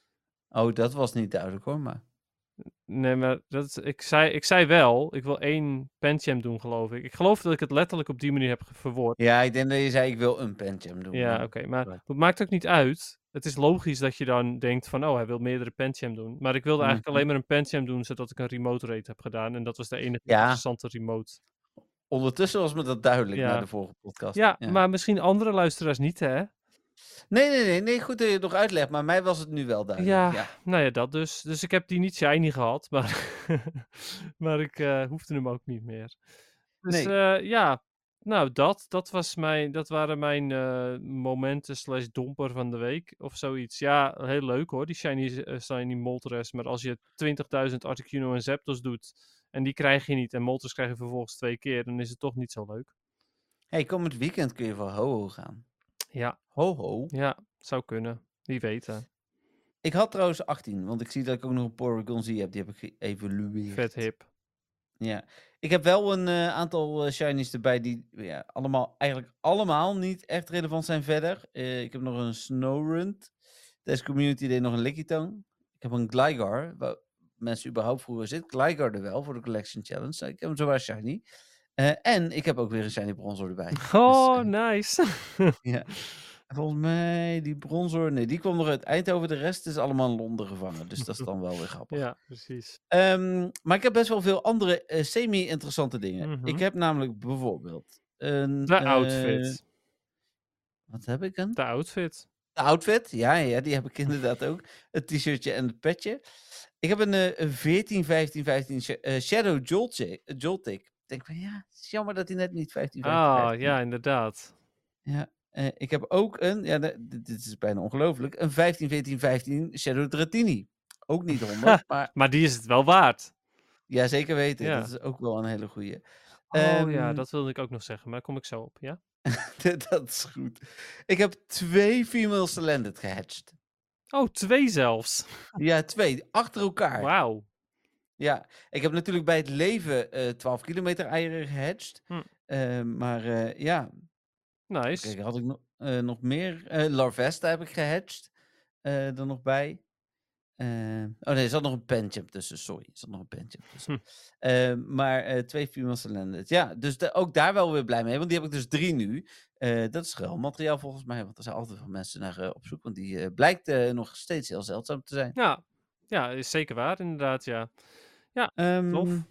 Oh, dat was niet duidelijk hoor, maar... Nee, maar dat, ik, zei, ik zei wel, ik wil één Pancham doen, geloof ik. Ik geloof dat ik het letterlijk op die manier heb verwoord. Ja, ik denk dat je zei, ik wil een Pancham doen. Ja, oké. Okay, maar right. Het maakt ook niet uit. Het is logisch dat je dan denkt van, oh, hij wil meerdere Pancham doen. Maar ik wilde eigenlijk mm-hmm. alleen maar een Pancham doen, zodat ik een remote raid heb gedaan. En dat was de enige ja. interessante remote. Ondertussen was me dat duidelijk ja. na de vorige podcast. Ja, ja, maar misschien andere luisteraars niet, hè? Nee, nee, nee, nee, goed dat je het nog uitlegt, maar mij was het nu wel duidelijk. Ja, ja. nou ja, dat dus. Dus ik heb die niet shiny gehad, maar, maar ik uh, hoefde hem ook niet meer. Dus nee. uh, ja, nou dat, dat, was mijn, dat waren mijn uh, momenten slash domper van de week of zoiets. Ja, heel leuk hoor, die shiny, uh, shiny Moltres, maar als je twintigduizend Articuno en Zapdos doet en die krijg je niet en Moltres krijg je vervolgens twee keer, dan is het toch niet zo leuk. Hey, komend weekend kun je voor Ho-Ho gaan. Ja. Ho-Ho? Ja, zou kunnen. Wie weet hè. Ik had trouwens achttien, want ik zie dat ik ook nog een Porygon Z heb. Die heb ik geëvalueerd. Vet hip. Ja. Ik heb wel een uh, aantal uh, shinies erbij die ja, allemaal, eigenlijk allemaal niet echt relevant zijn verder. Uh, ik heb nog een Snorunt. Deze community deed nog een Lickitung. Ik heb een Gligar, waar mensen überhaupt vroeger zitten. Gligar er wel, voor de Collection Challenge. Ik heb hem zowaar shiny. Uh, en ik heb ook weer een shiny Bronzor erbij. Oh, dus, uh, nice. ja. Volgens mij, die Bronzor, nee, die kwam nog uit Eindhoven. De rest is allemaal in Londen gevangen. Dus dat is dan wel weer grappig. Ja, precies. Um, maar ik heb best wel veel andere uh, semi-interessante dingen. Mm-hmm. Ik heb namelijk bijvoorbeeld een... De uh, outfit. Wat heb ik een? De outfit. De outfit, ja, ja, die heb ik inderdaad ook. Het t-shirtje en het petje. Ik heb een, uh, een veertien, vijftien, vijftien uh, Shadow Joltik. Joltik. Ik denk van, ja, het is jammer dat hij net niet vijftien, vijftien, ah, vijftien. ja, inderdaad. Ja. Uh, ik heb ook een, ja, dit, dit is bijna ongelooflijk, een vijftien, veertien, vijftien Shadow Dratini. Ook niet honderd, maar... maar die is het wel waard. Ja, zeker weten. Ja. Dat is ook wel een hele goeie. Oh um, ja, dat wilde ik ook nog zeggen, maar daar kom ik zo op, ja? Dat is goed. Ik heb twee Female Salandit gehatcht. Oh, twee zelfs? Ja, twee. Achter elkaar. Wauw. Ja, ik heb natuurlijk bij het leven uh, twaalf kilometer eieren gehedged. Hm. Uh, maar uh, ja. Nice. Kijk, had ik no- uh, nog meer. Uh, Larvesta heb ik gehedged. Uh, er nog bij. Uh, oh nee, er zat nog een Pancham tussen. Sorry, er zat nog een Pancham tussen. Hm. Uh, maar uh, twee Female Salandit. Ja, dus de, ook daar wel weer blij mee. Want die heb ik dus drie nu. Uh, dat is gewoon materiaal volgens mij. Want er zijn altijd wel mensen naar uh, op zoek. Want die uh, blijkt uh, nog steeds heel zeldzaam te zijn. Ja. ja, is zeker waar inderdaad, ja. Ja, um, tof.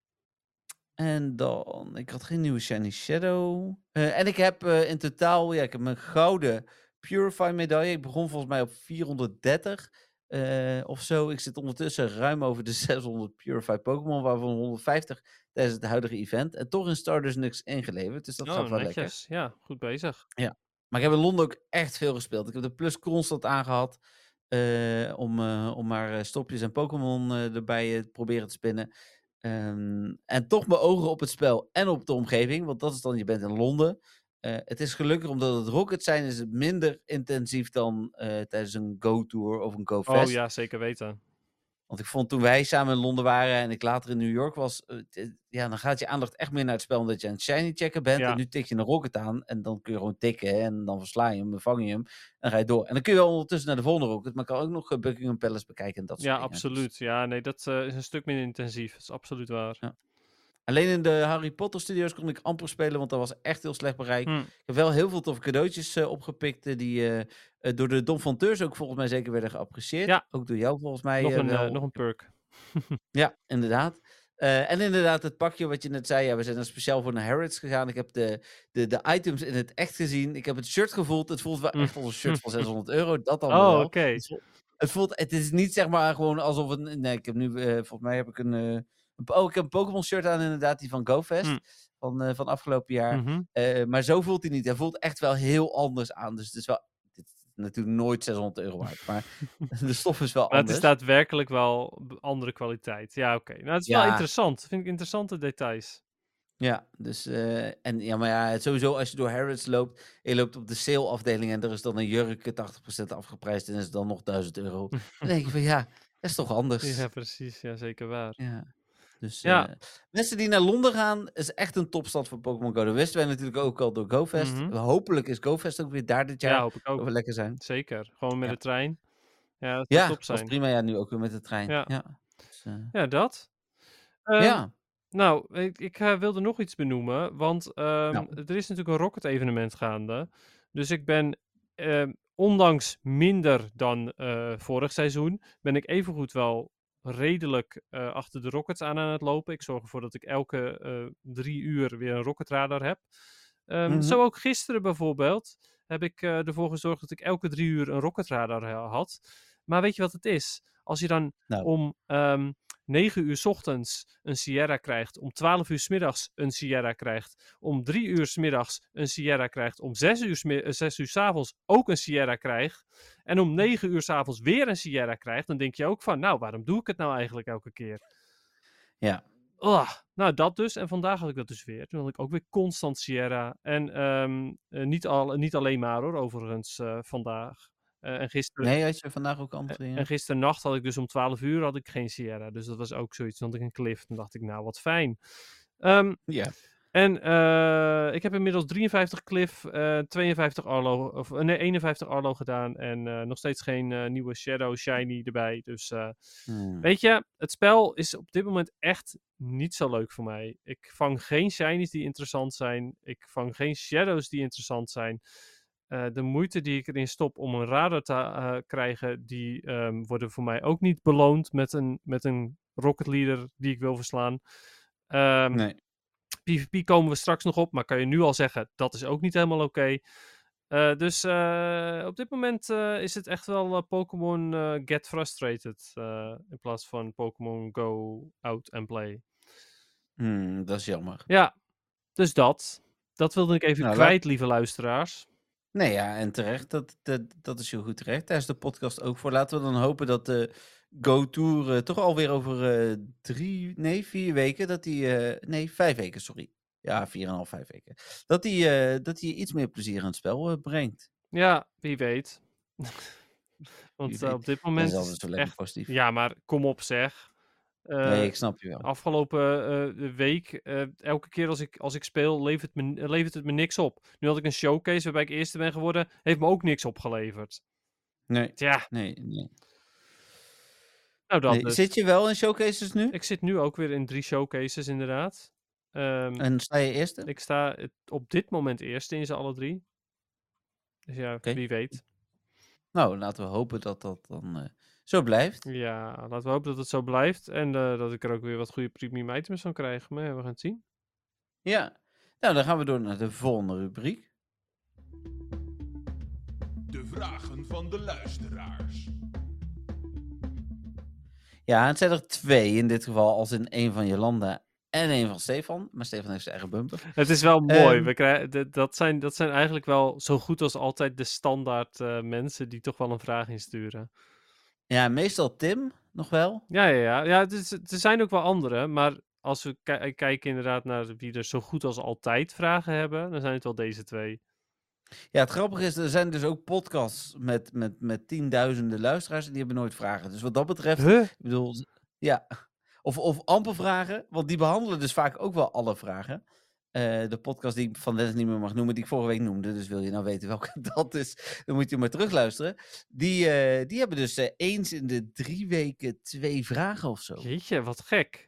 En dan, ik had geen nieuwe Shiny Shadow. Uh, en ik heb uh, in totaal, ja, ik heb mijn gouden Purify medaille. Ik begon volgens mij op vierhonderddertig uh, of zo. Ik zit ondertussen ruim over de zeshonderd Purify Pokémon, waarvan honderdvijftig tijdens het huidige event. En toch in Stardust niks ingeleverd, dus dat oh, gaat wel netjes. lekker. Ja, goed bezig. Ja, maar ik heb in Londen ook echt veel gespeeld. Ik heb de Plus constant aangehad uh, om, uh, om maar stopjes en Pokémon uh, erbij uh, proberen te spinnen. Um, en toch mijn ogen op het spel en op de omgeving, want dat is dan, je bent in Londen. Uh, het is gelukkig, omdat het Rockets zijn, is het minder intensief dan uh, tijdens een Go-tour of een Go-fest. Oh ja, zeker weten. Want ik vond toen wij samen in Londen waren en ik later in New York was, uh, t- ja, dan gaat je aandacht echt meer naar het spel omdat je aan het shiny checken bent. Ja. En nu tik je een rocket aan en dan kun je gewoon tikken en dan versla je hem, dan vang je hem en ga je door. En dan kun je wel ondertussen naar de volgende rocket, maar kan ook nog uh, Buckingham Palace bekijken en dat soort ja, dingen. absoluut. Dus... Ja, nee, dat uh, is een stuk minder intensief. Dat is absoluut waar. Ja. Alleen in de Harry Potter studios kon ik amper spelen, want dat was echt heel slecht bereik. Hm. Ik heb wel heel veel toffe cadeautjes uh, opgepikt, uh, die uh, uh, door de Dom Fonteurs ook volgens mij zeker werden geapprecieerd. Ja. Ook door jou volgens mij. Nog Uh, een, wel. uh, nog een perk. Ja, inderdaad. Uh, en inderdaad, het pakje wat je net zei, ja, we zijn er speciaal voor naar Harrods gegaan. Ik heb de, de, de items in het echt gezien. Ik heb het shirt gevoeld. Het voelt wel echt als een shirt van zeshonderd euro. Dat dan oh, wel. oké. Okay. Het, het voelt, het is niet zeg maar gewoon alsof het... Nee, ik heb nu, uh, volgens mij heb ik een... Uh, Oh, ik heb een Pokémon shirt aan inderdaad, die van GoFest. Mm. Van, uh, van afgelopen jaar. Mm-hmm. Uh, maar zo voelt hij niet. Hij voelt echt wel heel anders aan. Dus het is wel... Dit is natuurlijk nooit zeshonderd euro waard. Maar de stof is wel maar anders. Maar het is daadwerkelijk wel andere kwaliteit. Ja, oké. Okay. Nou, het is ja. wel interessant. Vind ik interessante details. Ja, dus... Uh, en ja, maar ja, sowieso als je door Harrods loopt... Je loopt op de sale afdeling en er is dan een jurk tachtig procent afgeprijsd en is het dan nog duizend euro. Dan denk je van ja, dat is toch anders. Ja, precies. Ja, zeker waar. Ja. Dus ja. uh, mensen die naar Londen gaan, is echt een topstad voor Pokémon Go. Dat wisten wij natuurlijk ook al door GoFest. Mm-hmm. Hopelijk is GoFest ook weer daar dit jaar. Ja, hoop ik ook. Dat we lekker zijn. Zeker. Gewoon met ja. de trein. Ja, dat ja, top zijn. dat is prima. Ja, nu ook weer met de trein. Ja, ja. Dus, uh... ja dat. Um, ja. Nou, ik, ik uh, wilde nog iets benoemen. Want um, nou. er is natuurlijk een Rocket evenement gaande. Dus ik ben... Uh, ondanks minder dan uh, vorig seizoen, ben ik evengoed wel redelijk uh, achter de Rockets aan aan het lopen. Ik zorg ervoor dat ik elke uh, drie uur weer een Rocket radar heb. Um, mm-hmm. Zo ook gisteren bijvoorbeeld heb ik uh, ervoor gezorgd dat ik elke drie uur een Rocket radar had. Maar weet je wat het is? Als je dan nou. om um, negen uur 's ochtends een Sierra krijgt, om twaalf uur 's middags een Sierra krijgt, om drie uur 's middags een Sierra krijgt, om zes uur 's avonds ook een Sierra krijgt, en om negen uur 's avonds weer een Sierra krijgt, dan denk je ook van, nou, waarom doe ik het nou eigenlijk elke keer? Ja. Oh, nou, dat dus. En vandaag had ik dat dus weer. Toen had ik ook weer constant Sierra. En um, uh, niet, al, niet alleen maar hoor, overigens, uh, vandaag. Uh, en gisteren... Nee, had je vandaag ook andere dingen? En gisternacht had ik dus om twaalf uur had ik geen Sierra. Dus dat was ook zoiets. Dan had ik een cliff. Toen dacht ik, nou, wat fijn. Um, ja. En uh, ik heb inmiddels drieënvijftig cliff, uh, tweeënvijftig Arlo, of nee, eenenvijftig Arlo gedaan. En uh, nog steeds geen uh, nieuwe Shadow Shiny erbij. Dus uh, hmm. weet je, het spel is op dit moment echt niet zo leuk voor mij. Ik vang geen Shinies die interessant zijn. Ik vang geen Shadows die interessant zijn. Uh, de moeite die ik erin stop om een radar te uh, krijgen, die um, worden voor mij ook niet beloond met een, met een Rocket Leader die ik wil verslaan. Um, nee. PvP komen we straks nog op, maar kan je nu al zeggen, dat is ook niet helemaal oké. Okay. Uh, dus uh, op dit moment uh, is het echt wel uh, Pokémon uh, Get Frustrated uh, in plaats van Pokémon Go Out and Play. Hmm, dat is jammer. Ja, dus dat. Dat wilde ik even nou, kwijt, laat... lieve luisteraars. Nee, ja, en terecht. Dat, dat, dat is heel goed terecht. Daar is de podcast ook voor. Laten we dan hopen dat de Go-Tour uh, toch alweer over uh, drie, nee, vier weken, dat die, uh, nee, vijf weken, sorry. Ja, vier en een half, vijf weken. Dat die, uh, dat die iets meer plezier aan het spel uh, brengt. Ja, wie weet. Want wie weet. Uh, op dit moment is het echt... positief. Ja, maar kom op zeg. Uh, nee, ik snap je wel. Afgelopen uh, week, uh, elke keer als ik, als ik speel, levert, me, levert het me niks op. Nu had ik een showcase waarbij ik eerste ben geworden, heeft me ook niks opgeleverd. Nee, ja. nee, nee. Nou, dat nee. dus. Zit je wel in showcases nu? Ik zit nu ook weer in drie showcases, inderdaad. Um, en sta je eerste? Ik sta op dit moment eerste in ze alle drie. Dus ja, okay. Wie weet. Nou, laten we hopen dat dat dan uh, zo blijft. Ja, laten we hopen dat het zo blijft. En uh, dat ik er ook weer wat goede premium items van krijg. Maar ja, we gaan het zien. Ja, nou dan gaan we door naar de volgende rubriek. De vragen van de luisteraars. Ja, het zijn er twee in dit geval, als in één van Jolanda en één van Stefan. Maar Stefan heeft zijn eigen bumper. Het is wel mooi. Um, we krijgen, de, dat, zijn, dat zijn eigenlijk wel zo goed als altijd de standaard uh, mensen die toch wel een vraag insturen. Ja, meestal Tim nog wel. Ja, ja, ja. ja het is, er zijn ook wel andere, maar als we k- kijken inderdaad naar wie er zo goed als altijd vragen hebben, dan zijn het wel deze twee. Ja, het grappige is, er zijn dus ook podcasts met, met, met tienduizenden luisteraars en die hebben nooit vragen. Dus wat dat betreft, huh? ik bedoel, ja, of, of amper vragen, want die behandelen dus vaak ook wel alle vragen. Uh, de podcast die ik van Dennis niet meer mag noemen, die ik vorige week noemde, dus wil je nou weten welke dat is, dan moet je maar terugluisteren. Die, uh, die hebben dus uh, eens in de drie weken twee vragen of zo. Jeetje, wat gek.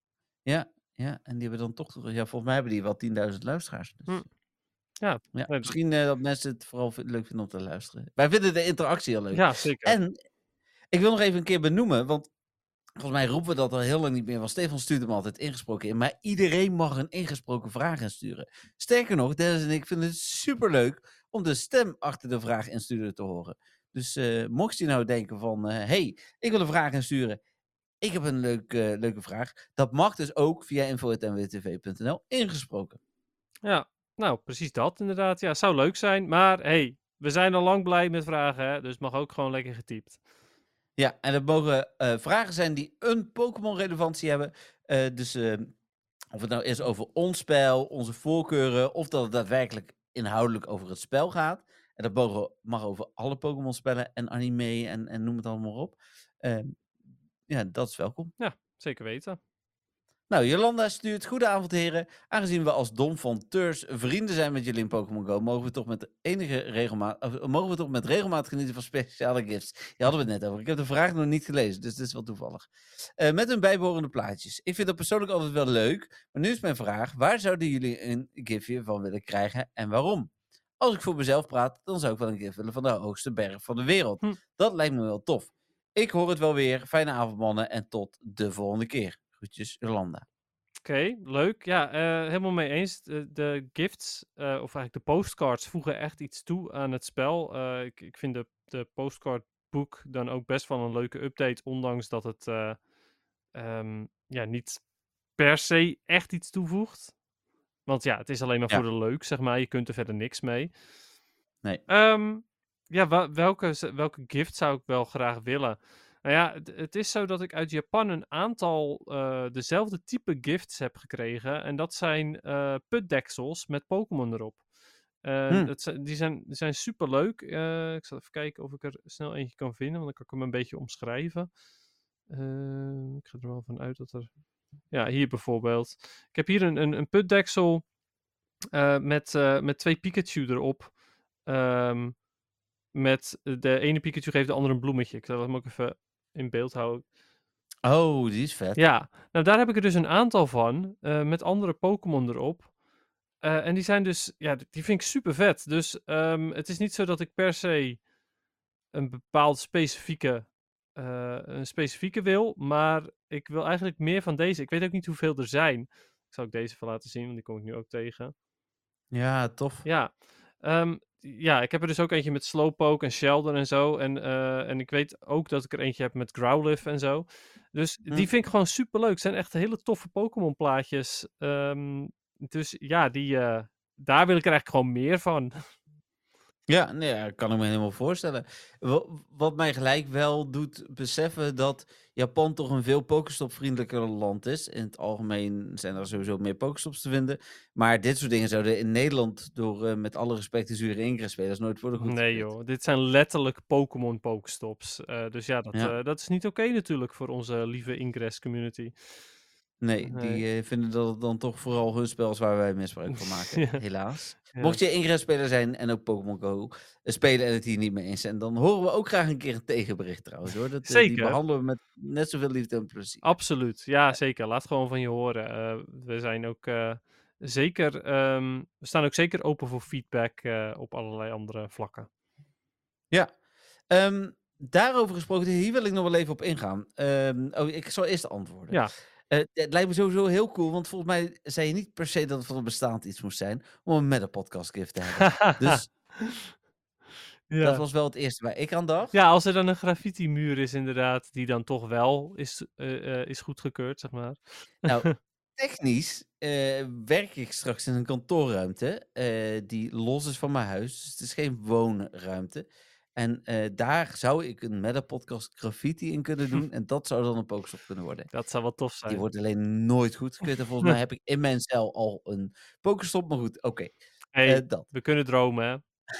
Ja, ja, en die hebben dan toch, ja, volgens mij hebben die wel tienduizend luisteraars. Dus. Hm. Ja, ja, misschien uh, dat mensen het vooral leuk vinden om te luisteren. Wij vinden de interactie heel leuk. Ja, zeker. En ik wil nog even een keer benoemen, want volgens mij roepen we dat al heel lang niet meer, want Stefan stuurt hem altijd ingesproken in. Maar iedereen mag een ingesproken vraag insturen. Sterker nog, Dennis en ik vinden het superleuk om de stem achter de vraag insturen te horen. Dus uh, mocht je nou denken van, hé, uh, hey, ik wil een vraag insturen. Ik heb een leuk, uh, leuke vraag. Dat mag dus ook via info at n w t v punt n l ingesproken. Ja, nou precies dat inderdaad. Ja, zou leuk zijn. Maar hey, we zijn al lang blij met vragen, hè? Dus het mag ook gewoon lekker getypt. Ja, en het mogen uh, vragen zijn die een Pokémon-relevantie hebben. Uh, dus uh, of het nou is over ons spel, onze voorkeuren, of dat het daadwerkelijk inhoudelijk over het spel gaat. En dat mogen, mag over alle Pokémon-spellen en anime en, en noem het allemaal op. Uh, ja, dat is welkom. Ja, zeker weten. Nou, Jolanda stuurt, goedenavond heren. Aangezien we als Dom van Teurs vrienden zijn met jullie in Pokémon Go, mogen we toch met enige regelmaat, of, mogen we toch met regelmaat genieten van speciale gifts. Hier hadden we het net over. Ik heb de vraag nog niet gelezen, dus dit is wel toevallig. Uh, met hun bijbehorende plaatjes. Ik vind dat persoonlijk altijd wel leuk, maar nu is mijn vraag, waar zouden jullie een giftje van willen krijgen en waarom? Als ik voor mezelf praat, dan zou ik wel een gift willen van de hoogste berg van de wereld. Hm. Dat lijkt me wel tof. Ik hoor het wel weer. Fijne avond, mannen, en tot de volgende keer. Groetjes, Jolanda. Oké, okay, leuk. Ja, uh, helemaal mee eens. De, de gifts, uh, of eigenlijk de postcards, voegen echt iets toe aan het spel. Uh, ik, ik vind de, de postcardboek dan ook best wel een leuke update, ondanks dat het uh, um, ja, niet per se echt iets toevoegt. Want ja, het is alleen maar ja. voor de leuk, zeg maar. Je kunt er verder niks mee. Nee. Um, ja, wa- welke, welke gift zou ik wel graag willen? Nou ja, het, het is zo dat ik uit Japan een aantal uh, dezelfde type gifts heb gekregen. En dat zijn uh, putdeksels met Pokémon erop. Uh, hmm. het, die, zijn, die zijn super leuk. Uh, ik zal even kijken of ik er snel eentje kan vinden, want dan kan ik hem een beetje omschrijven. Uh, ik ga er wel van uit dat er... Ja, hier bijvoorbeeld. Ik heb hier een, een, een putdeksel uh, met, uh, met twee Pikachu erop. Um, met de ene Pikachu geeft de andere een bloemetje. Ik zal hem ook even in beeld houden. Oh, die is vet. Ja, nou daar heb ik er dus een aantal van. Uh, met andere Pokémon erop. Uh, en die zijn dus, ja, die vind ik super vet. Dus um, het is niet zo dat ik per se een bepaald specifieke, uh, een specifieke wil. Maar ik wil eigenlijk meer van deze. Ik weet ook niet hoeveel er zijn. Ik zal ook deze even laten zien, want die kom ik nu ook tegen. Ja, tof. Ja, um, ja, ik heb er dus ook eentje met Slowpoke en Sheldon en zo. En, uh, en ik weet ook dat ik er eentje heb met Growlithe en zo. Dus hm. die vind ik gewoon super leuk. Het zijn echt hele toffe Pokémon plaatjes. Um, dus ja, die, uh, daar wil ik er eigenlijk gewoon meer van. Ja, nee, ja, kan ik me helemaal voorstellen. Wa- Wat mij gelijk wel doet beseffen dat Japan toch een veel Pokestop-vriendelijker land is. In het algemeen zijn er sowieso meer Pokestops te vinden. Maar dit soort dingen zouden in Nederland door, eh, met alle respect, de zure Ingress-spelers nooit worden Nee goedgekeurd. joh, dit zijn letterlijk Pokémon Pokestops. Eh, dus ja, dat, Ja, eh, dat is niet oké natuurlijk voor onze lieve Ingress community. nee, Nee. die eh, vinden dat het dan toch vooral hun spel is waar wij misbruik van maken, Ja, helaas. ja. Mocht je Ingress-speler zijn en ook Pokémon Go eh, spelen en het hier niet mee eens zijn, dan horen we ook graag een keer een tegenbericht trouwens hoor. Dat, eh, die Zeker, behandelen we met net zoveel liefde en plezier. absoluut. Ja, zeker. Laat gewoon van je horen. Eh, we zijn ook eh, zeker, ehm, we staan ook zeker open voor feedback eh, op allerlei andere vlakken. Ja, Ehm, daarover gesproken, hier wil ik nog wel even op ingaan. Ehm, oh, ik zal eerst antwoorden. Ja. Eh, het lijkt me sowieso heel cool, want volgens mij zei je niet per se dat het van een bestaand iets moest zijn om een meta podcast gift te hebben. Dus dat Ja. was wel het eerste waar ik aan dacht. Ja, als er dan een graffiti-muur is inderdaad, die dan toch wel is, eh, eh, is goedgekeurd, zeg maar. Nou, technisch eh, werk ik straks in een kantoorruimte eh, die los is van mijn huis. Dus het is geen woonruimte. En eh, daar zou ik een meta-podcast graffiti in kunnen doen. En dat zou dan een Pokestop kunnen worden. Dat zou wel tof Die zijn. wordt alleen nooit goedgekeurd. En volgens mij heb ik in mijn cel al een Pokestop. Maar goed, oké. Hey, Eh, dat. we kunnen dromen, hè?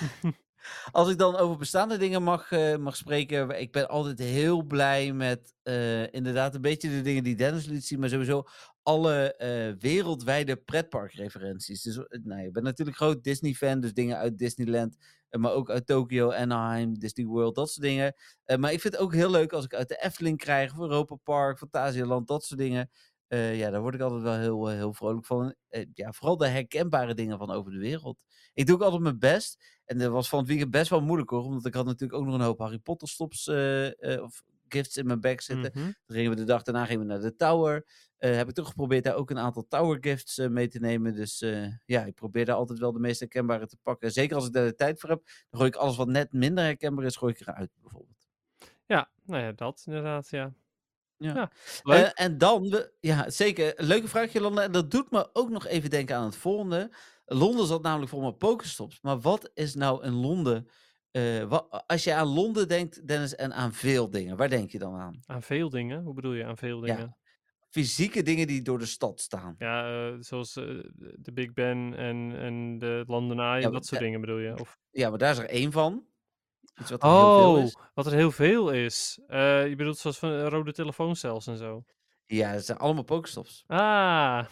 Als ik dan over bestaande dingen mag, eh, mag spreken. Ik ben altijd heel blij met eh, inderdaad een beetje de dingen die Dennis liet zien. Maar sowieso alle eh, wereldwijde pretparkreferenties. Dus eh, nou, ik ben natuurlijk groot Disney-fan. Dus dingen uit Disneyland. eh, maar ook uit Tokyo, Anaheim, Disney World, dat soort dingen. Eh, maar ik vind het ook heel leuk als ik uit de Efteling krijg. Of Europa Park, Fantasialand, dat soort dingen. Eh, ja, daar word ik altijd wel heel, eh, heel vrolijk van. Eh, ja, vooral de herkenbare dingen van over de wereld. Ik doe ook altijd mijn best. En dat was van het weekend best wel moeilijk hoor. Omdat ik had natuurlijk ook nog een hoop Harry Potter stops eh, eh, of gifts in mijn bag zitten. Mhm. Dan gingen we de dag daarna gingen we naar de Tower. Eh, heb ik toch geprobeerd daar ook een aantal Tower gifts eh, mee te nemen. Dus eh, ja, ik probeer daar altijd wel de meest herkenbare te pakken. Zeker als ik daar de tijd voor heb. Dan gooi ik alles wat net minder herkenbaar is, gooi ik eruit bijvoorbeeld. Ja, nou ja, dat inderdaad, ja. Ja. Ja, leuk. Eh, en dan, we, ja zeker, leuke vraag Jolanda. En dat doet me ook nog even denken aan het volgende. Londen zat namelijk vol met Pokestops. Maar wat is nou in Londen... eh, wa- als je aan Londen denkt, Dennis, en aan veel dingen, waar denk je dan aan? Aan veel dingen? Hoe bedoel je aan veel dingen? Ja, fysieke dingen die door de stad staan. Ja, eh, zoals eh, de Big Ben en, en de London Eye, Ja, dat soort da- dingen bedoel je? Of... ja, maar daar is er één van. Iets wat er heel veel Oh, is. wat er heel veel is. Eh, je bedoelt zoals van eh, rode telefooncels en zo. Ja, dat zijn allemaal Pokestops. Ah,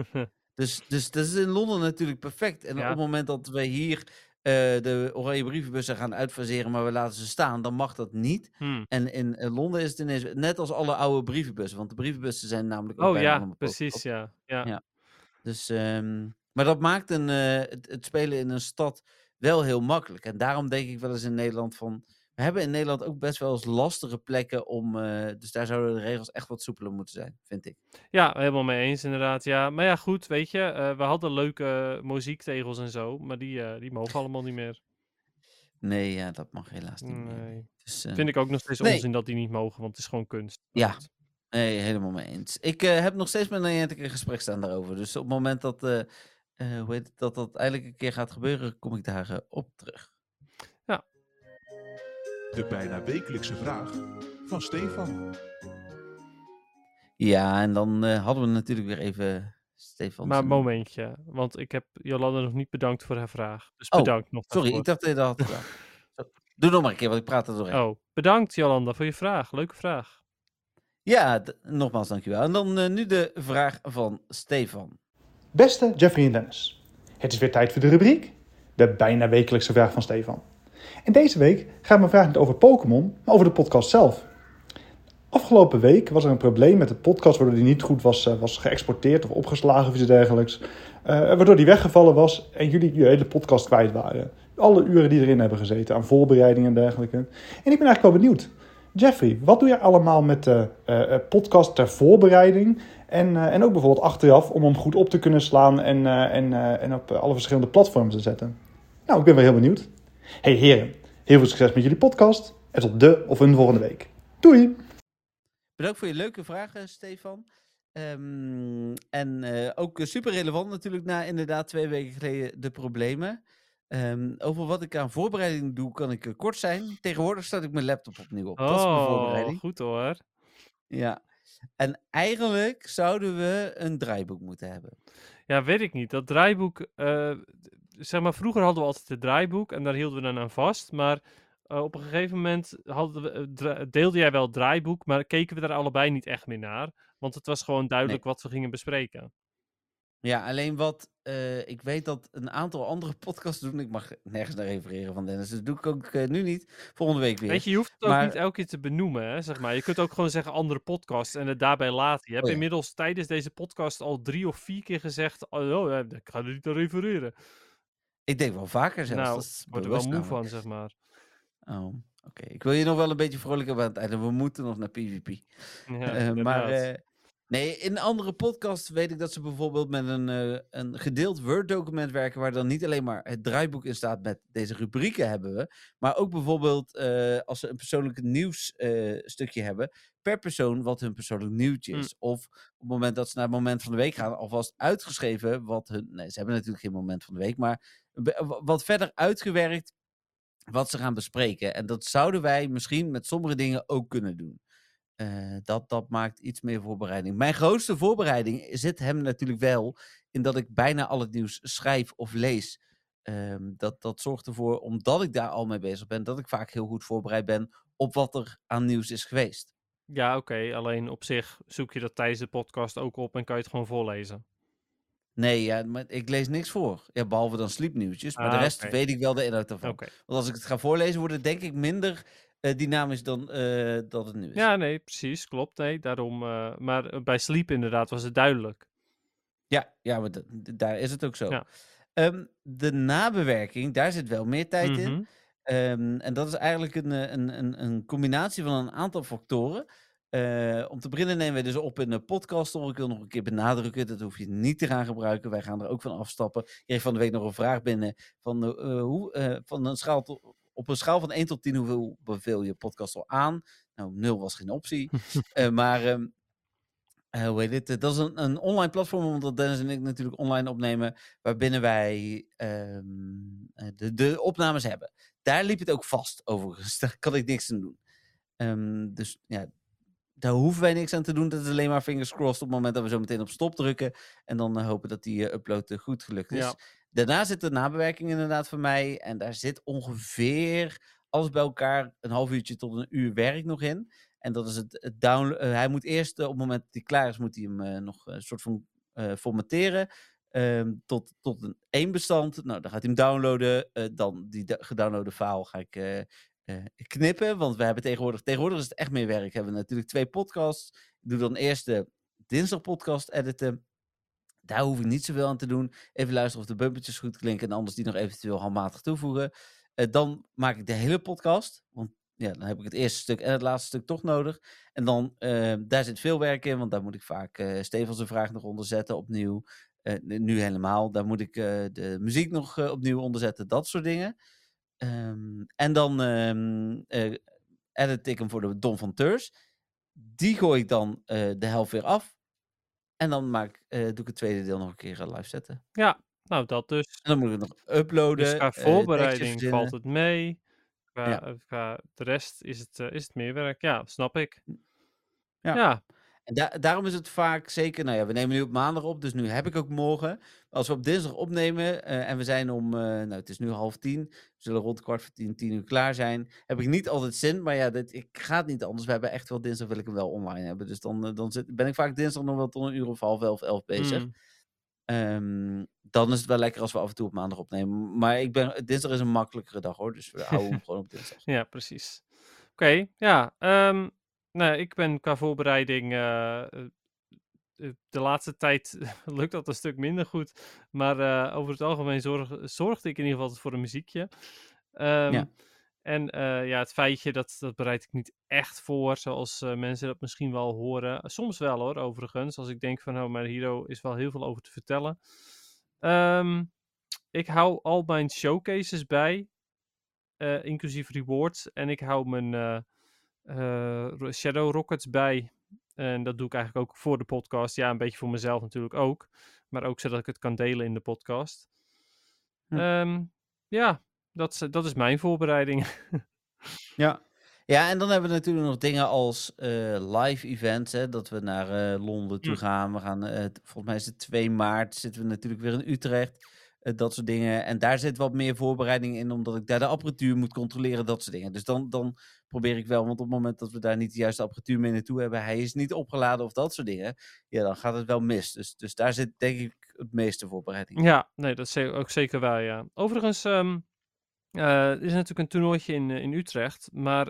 Dus, dus dat is in Londen natuurlijk perfect. En op ja. het moment dat we hier eh, de oranje brievenbussen gaan uitfaseren, maar we laten ze staan, dan mag dat niet. Hm. En in eh, Londen is het ineens net als alle oude brievenbussen, want de brievenbussen zijn namelijk ook Oh bijna ja, allemaal precies, Pokestops. ja. Ja. Ja. Dus, ehm, maar dat maakt een, eh, het, het spelen in een stad wel heel makkelijk. En daarom denk ik wel eens in Nederland van, we hebben in Nederland ook best wel eens lastige plekken om, eh, dus daar zouden de regels echt wat soepeler moeten zijn, vind ik. Ja, helemaal mee eens inderdaad. Ja, maar ja, goed, weet je, eh, we hadden leuke muziektegels en zo, maar die, eh, die mogen allemaal niet meer. Nee, ja, dat mag helaas niet meer. Nee. Nee. Dus, eh, Vind ik ook nog steeds nee. onzin dat die niet mogen, want het is gewoon kunst. Maar Ja, goed. nee, helemaal mee eens. Ik eh, heb nog steeds met Niantic een gesprek staan daarover. Dus op het moment dat, eh, eh, hoe heet het, dat dat eindelijk een keer gaat gebeuren, kom ik daar eh, op terug. De bijna wekelijkse vraag van Stefan. Ja, en dan eh, hadden we natuurlijk weer even Stefan. Maar zijn- momentje, want ik heb Jolanda nog niet bedankt voor haar vraag. Dus Oh, bedankt nog Sorry, daarvoor. ik dacht dat je dat had gedaan. Zo, doe nog maar een keer, want ik praat er doorheen. Oh, bedankt Jolanda voor je vraag. Leuke vraag. Ja, d- nogmaals dankjewel. En dan eh, nu de vraag van Stefan. Beste Jeffrey en Dennis, het is weer tijd voor de rubriek, de bijna wekelijkse vraag van Stefan. En deze week gaat mijn vraag niet over Pokémon, maar over de podcast zelf. Afgelopen week was er een probleem met de podcast waardoor die niet goed was, uh, was geëxporteerd of opgeslagen of iets dergelijks. Uh, waardoor die weggevallen was en jullie je hele podcast kwijt waren. Alle uren die erin hebben gezeten aan voorbereiding en dergelijke. En ik ben eigenlijk wel benieuwd. Jeffrey, wat doe je allemaal met de uh, uh, podcast ter voorbereiding? En, uh, en ook bijvoorbeeld achteraf om hem goed op te kunnen slaan en, uh, en, uh, en op alle verschillende platforms te zetten. Nou, ik ben wel heel benieuwd. Hey heren, heel veel succes met jullie podcast. En tot de of een volgende week. Doei! Bedankt voor je leuke vragen, Stefan. Um, en uh, ook super relevant natuurlijk na inderdaad twee weken geleden de problemen. Um, over wat ik aan voorbereiding doe, kan ik uh, kort zijn. Tegenwoordig start ik mijn laptop opnieuw op. Oh, dat is mijn voorbereiding. Goed hoor. Ja. En eigenlijk zouden we een draaiboek moeten hebben. Ja, weet ik niet. Dat draaiboek, uh, zeg maar, vroeger hadden we altijd het draaiboek en daar hielden we dan aan vast. Maar uh, op een gegeven moment hadden we, uh, dra- deelde jij wel het draaiboek, maar keken we daar allebei niet echt meer naar. Want het was gewoon duidelijk nee. wat we gingen bespreken. Ja, alleen wat, uh, ik weet dat een aantal andere podcasts doen. Ik mag nergens naar refereren van Dennis. Dus dat doe ik ook uh, nu niet. Volgende week weer. Weet je, je hoeft het maar... ook niet elke keer te benoemen, hè, zeg maar. Je kunt ook gewoon zeggen andere podcasts en het daarbij laten. Je hebt oh, ja. inmiddels tijdens deze podcast al drie of vier keer gezegd, oh, oh ik ga er niet naar refereren. Ik denk wel vaker zelfs. Nou, dat is ik word er wel moe namelijk. van, zeg maar. Oh, oké. Okay. Ik wil je nog wel een beetje vrolijk hebben aan het einde. We moeten nog naar PvP. Ja, uh, maar... Uh, Nee, in andere podcasts weet ik dat ze bijvoorbeeld met een, uh, een gedeeld Word-document werken, waar dan niet alleen maar het draaiboek in staat met deze rubrieken hebben we, maar ook bijvoorbeeld uh, als ze een persoonlijk nieuwsstukje uh, hebben, per persoon wat hun persoonlijk nieuwtje is. Mm. Of op het moment dat ze naar het moment van de week gaan, alvast uitgeschreven wat hun... Nee, ze hebben natuurlijk geen moment van de week, maar wat verder uitgewerkt wat ze gaan bespreken. En dat zouden wij misschien met sommige dingen ook kunnen doen. Uh, dat, dat maakt iets meer voorbereiding. Mijn grootste voorbereiding zit hem natuurlijk wel in dat ik bijna al het nieuws schrijf of lees. Um, dat, dat zorgt ervoor, omdat ik daar al mee bezig ben, dat ik vaak heel goed voorbereid ben op wat er aan nieuws is geweest. Ja, oké. Okay. Alleen op zich zoek je dat tijdens de podcast ook op en kan je het gewoon voorlezen. Nee, ja, maar ik lees niks voor. Ja, behalve dan sleepnieuwtjes. Maar ah, de rest okay. weet ik wel de inhoud daarvan. Okay. Want als ik het ga voorlezen, wordt het denk ik minder... Uh, dynamisch dan uh, dat het nu is. Ja, nee, precies. Klopt. Nee, daarom. Uh, maar bij Sleep inderdaad was het duidelijk. Ja, ja, maar d- d- daar is het ook zo. Ja. Um, de nabewerking, daar zit wel meer tijd mm-hmm. in. Um, en dat is eigenlijk een, een, een, een combinatie van een aantal factoren. Uh, om te beginnen nemen we dus op in de podcast. Ik wil nog een keer benadrukken, dat hoef je niet te gaan gebruiken. Wij gaan er ook van afstappen. Ik kreeg van de week nog een vraag binnen van, uh, hoe, uh, van een schaal tot... Op een schaal van één tot tien, hoeveel beveel je podcast al aan? Nou, nul was geen optie. uh, maar, um, uh, hoe heet het? Dat is een, een online platform, omdat Dennis en ik natuurlijk online opnemen, waarbinnen wij um, de, de opnames hebben. Daar liep het ook vast, overigens. Daar kan ik niks aan doen. Um, dus ja, daar hoeven wij niks aan te doen. Dat is alleen maar fingers crossed op het moment dat we zo meteen op stop drukken. En dan uh, hopen dat die uh, upload uh, goed gelukt is. Ja. Daarna zit de nabewerking inderdaad voor mij. En daar zit ongeveer, alles bij elkaar, een half uurtje tot een uur werk nog in. En dat is het, het download. Uh, hij moet eerst, uh, op het moment dat hij klaar is, moet hij hem uh, nog een uh, soort van uh, formateren. Um, tot, tot een één bestand. Nou, dan gaat hij hem downloaden. Uh, dan die de- gedownloade file ga ik uh, uh, knippen. Want we hebben tegenwoordig, tegenwoordig is het echt meer werk. We hebben natuurlijk twee podcasts. Ik doe dan eerst de dinsdag podcast editen. Daar hoef ik niet zoveel aan te doen. Even luisteren of de bumpertjes goed klinken. En anders die nog eventueel handmatig toevoegen. Uh, dan maak ik de hele podcast. Want ja, dan heb ik het eerste stuk en het laatste stuk toch nodig. En dan, uh, daar zit veel werk in. Want daar moet ik vaak uh, Stefan zijn vraag nog onderzetten opnieuw. Uh, nu helemaal. Daar moet ik uh, de muziek nog uh, opnieuw onderzetten. Dat soort dingen. Um, en dan um, uh, edit ik hem voor de Don van Teurs. Die gooi ik dan uh, de helft weer af. En dan maak, uh, doe ik het tweede deel nog een keer uh, live zetten. Ja, nou dat dus. En dan moet ik het nog uploaden. Dus qua voorbereiding uh, valt het mee. Qua, ja. qua de rest is het, uh, is het meer werk. Ja, snap ik. Ja. ja. En da- daarom is het vaak zeker... Nou ja, we nemen nu op maandag op, dus nu heb ik ook morgen. Als we op dinsdag opnemen uh, en we zijn om... Uh, nou, het is nu half tien. We zullen rond kwart voor tien, tien uur klaar zijn. Heb ik niet altijd zin, maar ja, dit, ik ga het niet anders. We hebben echt wel dinsdag, wil ik hem wel online hebben. Dus dan, uh, dan zit, ben ik vaak dinsdag nog wel tot een uur of half elf, elf bezig. Mm. Um, dan is het wel lekker als we af en toe op maandag opnemen. Maar ik ben, dinsdag is een makkelijkere dag hoor, dus we houden hem gewoon op dinsdag. Ja, precies. Oké, okay, ja. Um, nou, ik ben qua voorbereiding... Uh, de laatste tijd lukt dat een stuk minder goed. Maar uh, over het algemeen zorg, zorgde ik in ieder geval voor een muziekje. Um, ja. En uh, ja, het feitje, dat, dat bereid ik niet echt voor, zoals uh, mensen dat misschien wel horen. Soms wel hoor, overigens. Als ik denk van, oh, maar hier is wel heel veel over te vertellen. Um, ik hou al mijn showcases bij, uh, inclusief rewards. En ik hou mijn uh, uh, Shadow Rockets bij. En dat doe ik eigenlijk ook voor de podcast. Ja, een beetje voor mezelf natuurlijk ook. Maar ook zodat ik het kan delen in de podcast. Hm. Um, ja, dat, is- dat is mijn voorbereiding. Ja. Ja, en dan hebben we natuurlijk nog dingen als eh, live events, hè, dat we naar eh, Londen toe Hm. gaan. We gaan, eh, t- volgens mij is het twee maart, zitten we natuurlijk weer in Utrecht. eh, dat soort dingen. En daar zit wat meer voorbereiding in, omdat ik daar de apparatuur moet controleren, dat soort dingen. Dus dan, dan probeer ik wel, want op het moment dat we daar niet de juiste apparatuur mee naartoe hebben, hij is niet opgeladen of dat soort dingen, ja, dan gaat het wel mis. Dus, dus daar zit denk ik het meeste voorbereiding in. Ja, nee, dat is ze- ook zeker waar, ja. Overigens, ehm eh, er is natuurlijk een toernooitje in, eh, in Utrecht, maar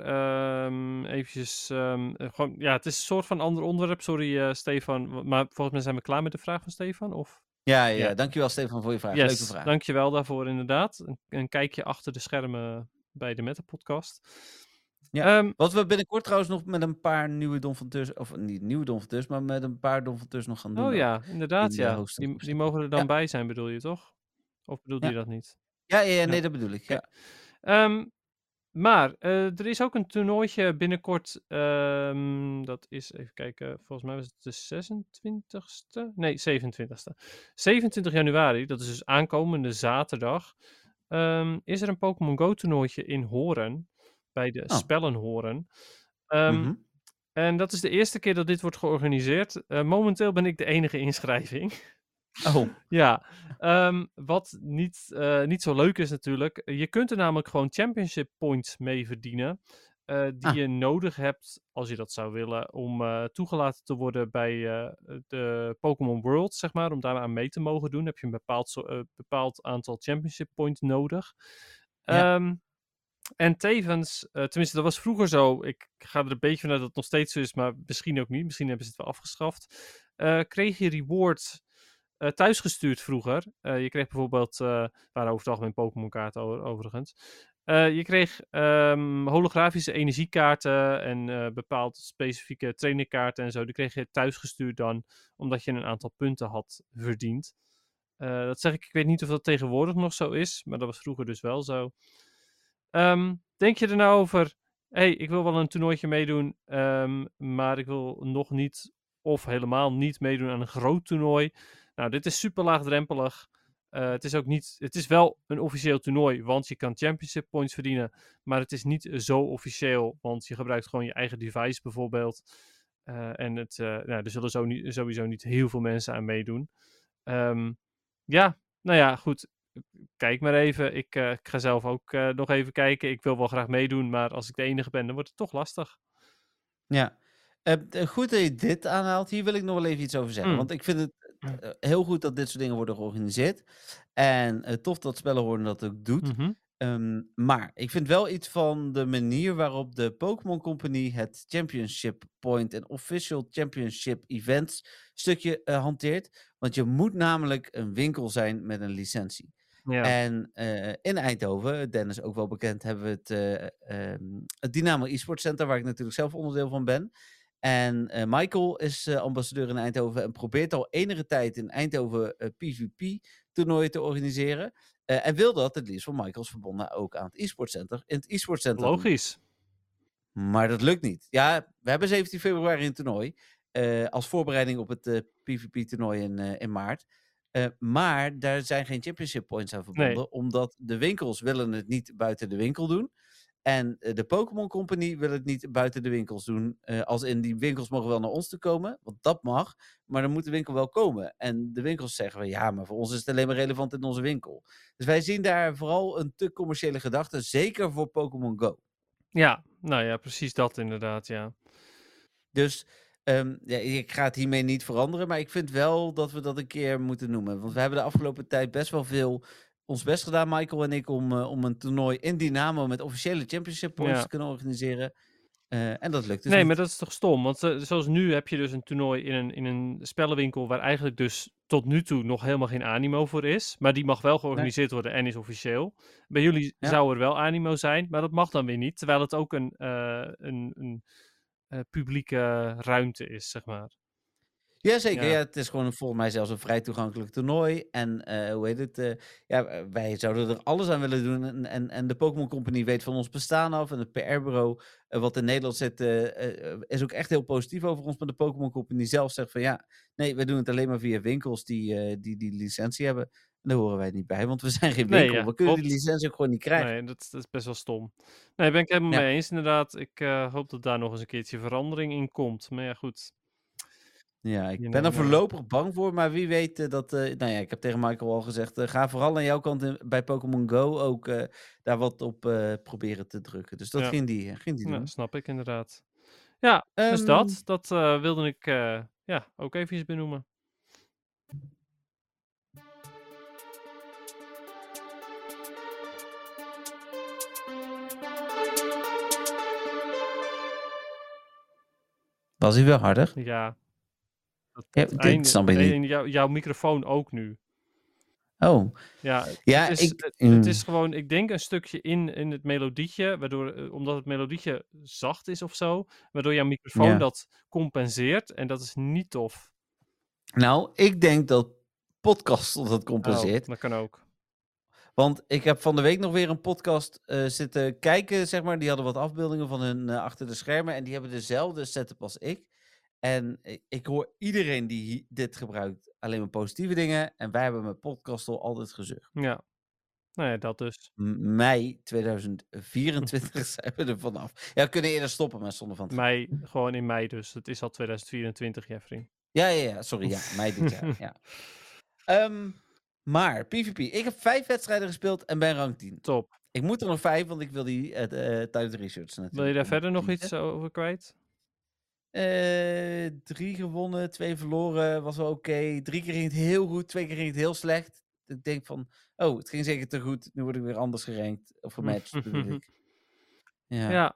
ehm eventjes, ehm, eh, gewoon, ja, het is een soort van ander onderwerp, sorry eh, Stefan, w- maar volgens mij zijn we klaar met de vraag van Stefan, of? Ja, ja, Ja. ja, dankjewel Stefan voor je vraag. Leuke Yes, vraag. dankjewel daarvoor inderdaad. Een, een kijkje achter de schermen bij de Meta-podcast. Ja, Ehm, wat we binnenkort trouwens nog met een paar nieuwe Donfonteurs, of niet nieuwe Donfonteurs, maar met een paar Donfonteurs nog gaan doen oh ja, ook. inderdaad, In de ja. host en Die, die groepsetting. mogen er dan Ja, bij zijn, bedoel je toch? Of bedoelde je ja. dat niet? Ja, ja, ja, nee, Ja, dat bedoel ik. oké. Ja. Ehm, maar eh, er is ook een toernooitje binnenkort. ehm, dat is, even kijken, volgens mij was het de zesentwintigste? Nee, zevenentwintigste. zevenentwintig januari, dat is dus aankomende zaterdag. ehm, is er een Pokémon Go toernooitje in Horen. Bij de Oh. Spellenhoren. Ehm, Mhm. en dat is de eerste keer dat dit wordt georganiseerd. Eh, momenteel ben ik de enige inschrijving. Oh, Ja, ehm, wat niet, eh, niet zo leuk is natuurlijk. Je kunt er namelijk gewoon championship points mee verdienen. eh, die ah, je nodig hebt, als je dat zou willen, om eh, toegelaten te worden bij eh, de Pokémon World, zeg maar. Om daar aan mee te mogen doen, heb je een bepaald, zo- eh, bepaald aantal championship points nodig. ja. Ehm, en tevens, eh, tenminste dat was vroeger zo, ik ga er een beetje vanuit dat het nog steeds zo is, maar misschien ook niet, misschien hebben ze het wel afgeschaft. eh, kreeg je rewards eh, thuisgestuurd vroeger. Eh, je kreeg bijvoorbeeld, eh waren over het algemeen Pokémon kaarten o- overigens. Eh, je kreeg ehm, holografische energiekaarten en eh bepaald specifieke trainerkaarten en zo. Die kreeg je thuisgestuurd dan, omdat je een aantal punten had verdiend. Eh, dat zeg ik, ik weet niet of dat tegenwoordig nog zo is, maar dat was vroeger dus wel zo. Ehm, denk je er nou over, hey, ik wil wel een toernooitje meedoen, ehm, maar ik wil nog niet of helemaal niet meedoen aan een groot toernooi. Nou, dit is super laagdrempelig. Eh, het is ook niet, het is wel een officieel toernooi, want je kan championship points verdienen, maar het is niet zo officieel, want je gebruikt gewoon je eigen device bijvoorbeeld. Eh, en het, eh, nou, er zullen zo niet, sowieso niet heel veel mensen aan meedoen. Ehm, ja, nou ja, goed. Kijk maar even. Ik, eh, ik ga zelf ook eh, nog even kijken. Ik wil wel graag meedoen, maar als ik de enige ben, dan wordt het toch lastig. Ja. Eh, eh, goed dat je dit aanhaalt. Hier wil ik nog wel even iets over zeggen. Mm. Want ik vind het eh, heel goed dat dit soort dingen worden georganiseerd. En eh, tof dat Spellenhoorn dat ook doet. Mhm. Ehm, maar ik vind wel iets van de manier waarop de Pokémon Company het Championship Point en Official Championship Events stukje eh, hanteert. Want je moet namelijk een winkel zijn met een licentie. Ja. En eh, in Eindhoven, Dennis ook wel bekend, hebben we het, eh, ehm, het Dynamo eSports Center, waar ik natuurlijk zelf onderdeel van ben. En eh, Michael is eh, ambassadeur in Eindhoven en probeert al enige tijd in Eindhoven eh, PvP-toernooien te organiseren. Eh, en wil dat het liefst voor Michaels verbonden ook aan het eSports Center, in het eSports Center doen. Logisch. Maar dat lukt niet. Ja, we hebben zeventien februari een toernooi. eh, als voorbereiding op het eh, PvP-toernooi in, eh, in maart. Eh, maar daar zijn geen championship points aan verbonden. Nee. Omdat de winkels willen het niet buiten de winkel doen. En eh, de Pokémon Company wil het niet buiten de winkels doen. eh, als in die winkels mogen wel naar ons te komen. Want dat mag. Maar dan moet de winkel wel komen. En de winkels zeggen we, ja, maar voor ons is het alleen maar relevant in onze winkel. Dus wij zien daar vooral een te commerciële gedachte. Zeker voor Pokémon Go. Ja, nou ja, precies dat inderdaad, ja. Dus ehm, ja, ik ga het hiermee niet veranderen, maar ik vind wel dat we dat een keer moeten noemen. Want we hebben de afgelopen tijd best wel veel ons best gedaan, Michael en ik, om, uh, om een toernooi in Dynamo met officiële championship points Ja. te kunnen organiseren. Uh, en dat lukt dus Nee, niet. maar dat is toch stom? Want uh, zoals nu heb je dus een toernooi in een, in een spellenwinkel waar eigenlijk dus tot nu toe nog helemaal geen animo voor is. Maar die mag wel georganiseerd nee. worden en is officieel. Bij jullie ja. zou er wel animo zijn, maar dat mag dan weer niet. Terwijl het ook een, uh, een, een uh, publieke ruimte is, zeg maar. Jazeker, ja. ja, het is gewoon volgens mij zelfs een vrij toegankelijk toernooi. En uh, hoe heet het? Uh, ja, wij zouden er alles aan willen doen. En, en, en de Pokémon Company weet van ons bestaan af. En het P R-bureau uh, wat in Nederland zit, uh, uh, is ook echt heel positief over ons. Maar de Pokémon Company zelf zegt van ja, nee, we doen het alleen maar via winkels die uh, die, die licentie hebben. daar horen wij niet bij, want we zijn geen winkel. Nee, ja, we kunnen klopt. die licentie ook gewoon niet krijgen. Nee, dat, dat is best wel stom. Nee, ben ik helemaal Ja. mee eens inderdaad. Ik uh, hoop dat daar nog eens een keertje verandering in komt. Maar ja, goed. Ja, ik You ben er never know. voorlopig bang voor, maar wie weet uh, dat... Uh, nou ja, ik heb tegen Michael al gezegd, uh, ga vooral aan jouw kant in, bij Pokémon Go ook uh, daar wat op uh, proberen te drukken. Dus dat Ja. ging die, ging die doen. Ja, snap ik inderdaad. Ja, Um, dus dat. Dat uh, wilde ik uh, ja, ook even benoemen. Was hij wel harder? Ja. Dat, ja dat dit einde, snap ik niet. Jou, jouw microfoon ook nu. Oh. Ja, ja het, is, ik, het, mm. het is gewoon, ik denk een stukje in, in het melodietje, waardoor, uh, omdat het melodietje zacht is of zo, waardoor jouw microfoon ja. dat compenseert en dat is niet tof. Nou, ik denk dat podcast dat compenseert. Oh, dat kan ook. Want ik heb van de week nog weer een podcast uh, zitten kijken, zeg maar. Die hadden wat afbeeldingen van hun uh, achter de schermen. En die hebben dezelfde setup als ik. En ik hoor iedereen die dit gebruikt alleen maar positieve dingen. En wij hebben met podcast al altijd gezucht. Ja, nou ja, dat dus. M- mei tweeduizend vierentwintig zijn we er vanaf. Ja, we kunnen eerder stoppen, maar zonder van te Mei, gewoon in mei dus. Het is al tweeduizend vierentwintig, Jeffrey. Ja, ja, ja. Sorry, ja. Mei dit jaar, ja. Um, maar, PvP. Ik heb vijf wedstrijden gespeeld en ben rank tien. Top. Ik moet er nog vijf, want ik wil die uh, uh, tijdens de research natuurlijk. Wil je daar verder nog iets over kwijt? Uh, drie gewonnen, twee verloren, was wel oké. Okay. Drie keer ging het heel goed, twee keer ging het heel slecht. Ik denk van, oh, het ging zeker te goed. Nu word ik weer anders gerankt. Of gematcht, bedoel ik. Ja. ja.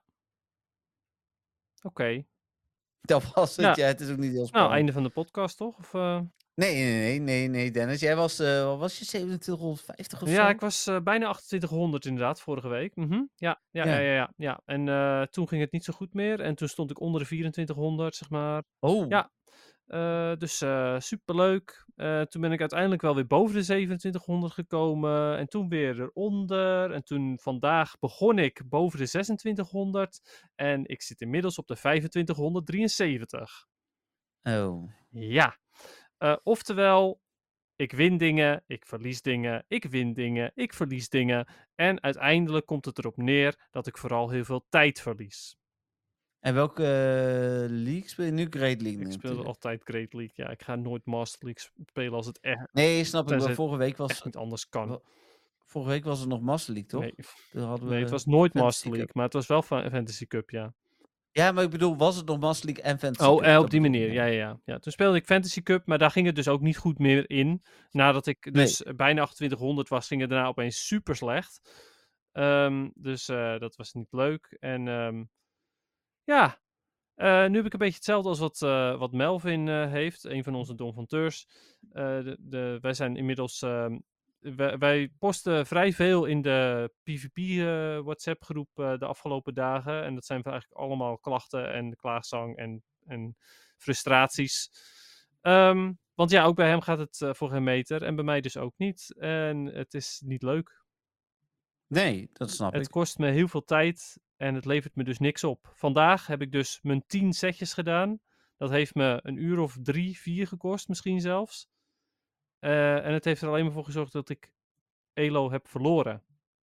Oké. Okay. Dat was het, ja. ja. Het is ook niet heel spannend. Nou, einde van de podcast, toch? Of, uh... Nee, nee, nee, nee, nee, Dennis. Jij was, uh, was je zevenentwintighonderdvijftig of ja, zo? Ja, ik was uh, bijna achtentwintighonderd inderdaad, vorige week. Mm-hmm. ja, ja, ja, ja, ja, ja. En uh, toen ging het niet zo goed meer. En toen stond ik onder de vierentwintighonderd, zeg maar. Oh. Ja. Uh, dus uh, superleuk. Uh, toen ben ik uiteindelijk wel weer boven de zevenentwintighonderd gekomen. En toen weer eronder. En toen vandaag begon ik boven de zesentwintighonderd. En ik zit inmiddels op de vijfentwintighonderddrieënzeventig. Oh. Ja. Uh, oftewel, ik win dingen, ik verlies dingen, ik win dingen, ik verlies dingen. En uiteindelijk komt het erop neer dat ik vooral heel veel tijd verlies. En welke uh, league speel je nu? Great League? Ik speel altijd Great League, ja. Ik ga nooit Master League spelen als het echt... Nee, snap ik wel. Vorige week was echt niet anders kan. Vorige week was het nog Master League, toch? Nee, hadden we nee het was nooit Fantasy Master League, Cup. maar het was wel Fantasy Cup, ja. Ja, maar ik bedoel, was het nog Master League en Fantasy oh, Cup? Oh, eh, op die manier, ja, ja, ja, ja. Toen speelde ik Fantasy Cup, maar daar ging het dus ook niet goed meer in. Nadat ik dus nee. bijna achtentwintighonderd was, ging het daarna opeens super slecht. Um, dus uh, dat was niet leuk. En um, ja, uh, nu heb ik een beetje hetzelfde als wat, uh, wat Melvin uh, heeft, een van onze donfanteurs. Uh, de, de, wij zijn inmiddels... Uh, wij, wij posten vrij veel in de PvP uh, WhatsApp groep uh, de afgelopen dagen. En dat zijn eigenlijk allemaal klachten en klaagzang en, en frustraties. Um, want ja, ook bij hem gaat het uh, voor geen meter. En bij mij dus ook niet. En het is niet leuk. Nee, dat snap het ik. Het kost me heel veel tijd en het levert me dus niks op. Vandaag heb ik dus mijn tien setjes gedaan. Dat heeft me een uur of drie, vier gekost misschien zelfs. Uh, en het heeft er alleen maar voor gezorgd dat ik Elo heb verloren.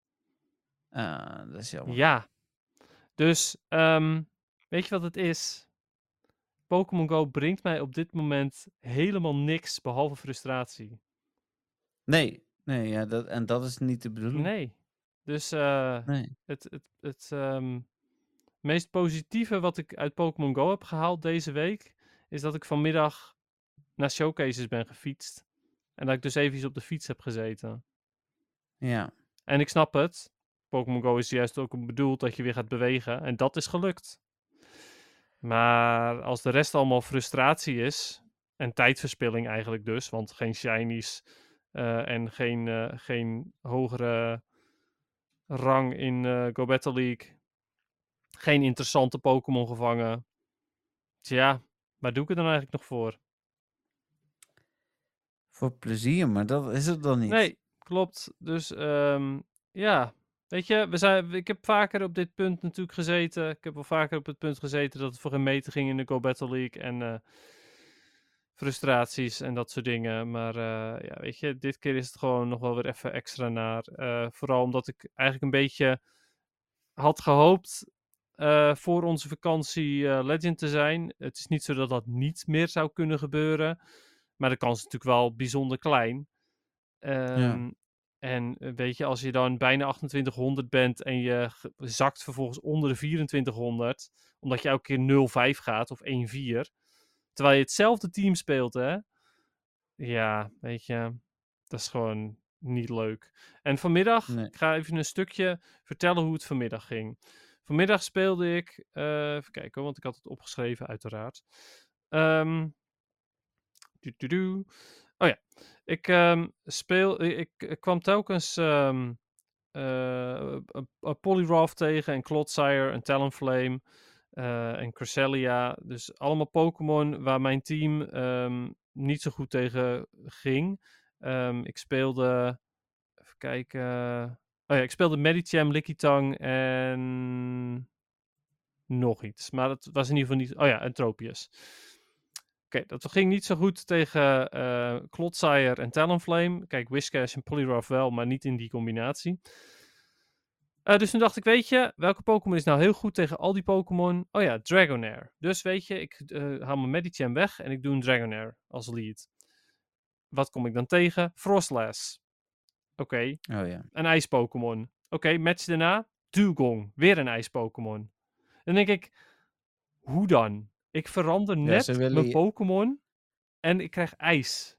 Ah, dat is jammer. Ja. Dus, um, weet je wat het is? Pokémon Go brengt mij op dit moment helemaal niks behalve frustratie. Nee, nee ja, dat, en dat is niet de bedoeling. Nee. Dus uh, nee. het, het, het um, meest positieve wat ik uit Pokémon Go heb gehaald deze week, is dat ik vanmiddag naar showcases ben gefietst. En dat ik dus even op de fiets heb gezeten. Ja. En ik snap het. Pokémon Go is juist ook bedoeld dat je weer gaat bewegen. En dat is gelukt. Maar als de rest allemaal frustratie is, en tijdverspilling eigenlijk dus, want geen shinies uh, en geen, uh, geen hogere rang in uh, Go Battle League, geen interessante Pokémon gevangen. Tja, waar doe ik het dan eigenlijk nog voor? Voor plezier, maar dat is het dan niet. Nee, klopt. Dus um, ja, weet je, we zijn, ik heb vaker op dit punt natuurlijk gezeten. Ik heb wel vaker op het punt gezeten dat het voor een meter ging in de Go Battle League. En uh, frustraties en dat soort dingen. Maar uh, ja, weet je, dit keer is het gewoon nog wel weer even extra naar. Uh, vooral omdat ik eigenlijk een beetje had gehoopt uh, voor onze vakantie uh, Legend te zijn. Het is niet zo dat dat niet meer zou kunnen gebeuren. Maar de kans is natuurlijk wel bijzonder klein. Um, ja. En weet je, als je dan bijna achtentwintighonderd bent en je g- zakt vervolgens onder de vierentwintighonderd, omdat je elke keer nul vijf gaat of één vier, terwijl je hetzelfde team speelt, hè? Ja, weet je, dat is gewoon niet leuk. En vanmiddag, nee. ik ga even een stukje vertellen hoe het vanmiddag ging. Vanmiddag speelde ik, uh, even kijken, want ik had het opgeschreven, uiteraard. Um, du, du, du. Oh ja, ik um, speel, ik, ik kwam telkens um, uh, Poliwrath tegen en Clodsire en Talonflame uh, en Cresselia. Dus allemaal Pokémon waar mijn team um, niet zo goed tegen ging. Um, ik speelde, even kijken, oh ja, ik speelde Medicham, Lickitung en nog iets. Maar dat was in ieder geval niet, oh ja, en Tropius. Oké, okay, dat ging niet zo goed tegen uh, Clodsire en Talonflame. Kijk, Whiscash en Poliwrath wel, maar niet in die combinatie. Uh, dus toen dacht ik, weet je, welke Pokémon is nou heel goed tegen al die Pokémon? Oh ja, Dragonair. Dus weet je, ik uh, haal mijn Medicham weg en ik doe een Dragonair als lead. Wat kom ik dan tegen? Froslass. Oké, okay. oh, ja. Een ijs-Pokémon. Oké, okay, match daarna, Dugong. Weer een ijs-Pokémon. Dan denk ik, hoe dan? Ik verander net ja, willen... mijn Pokémon en ik krijg ijs.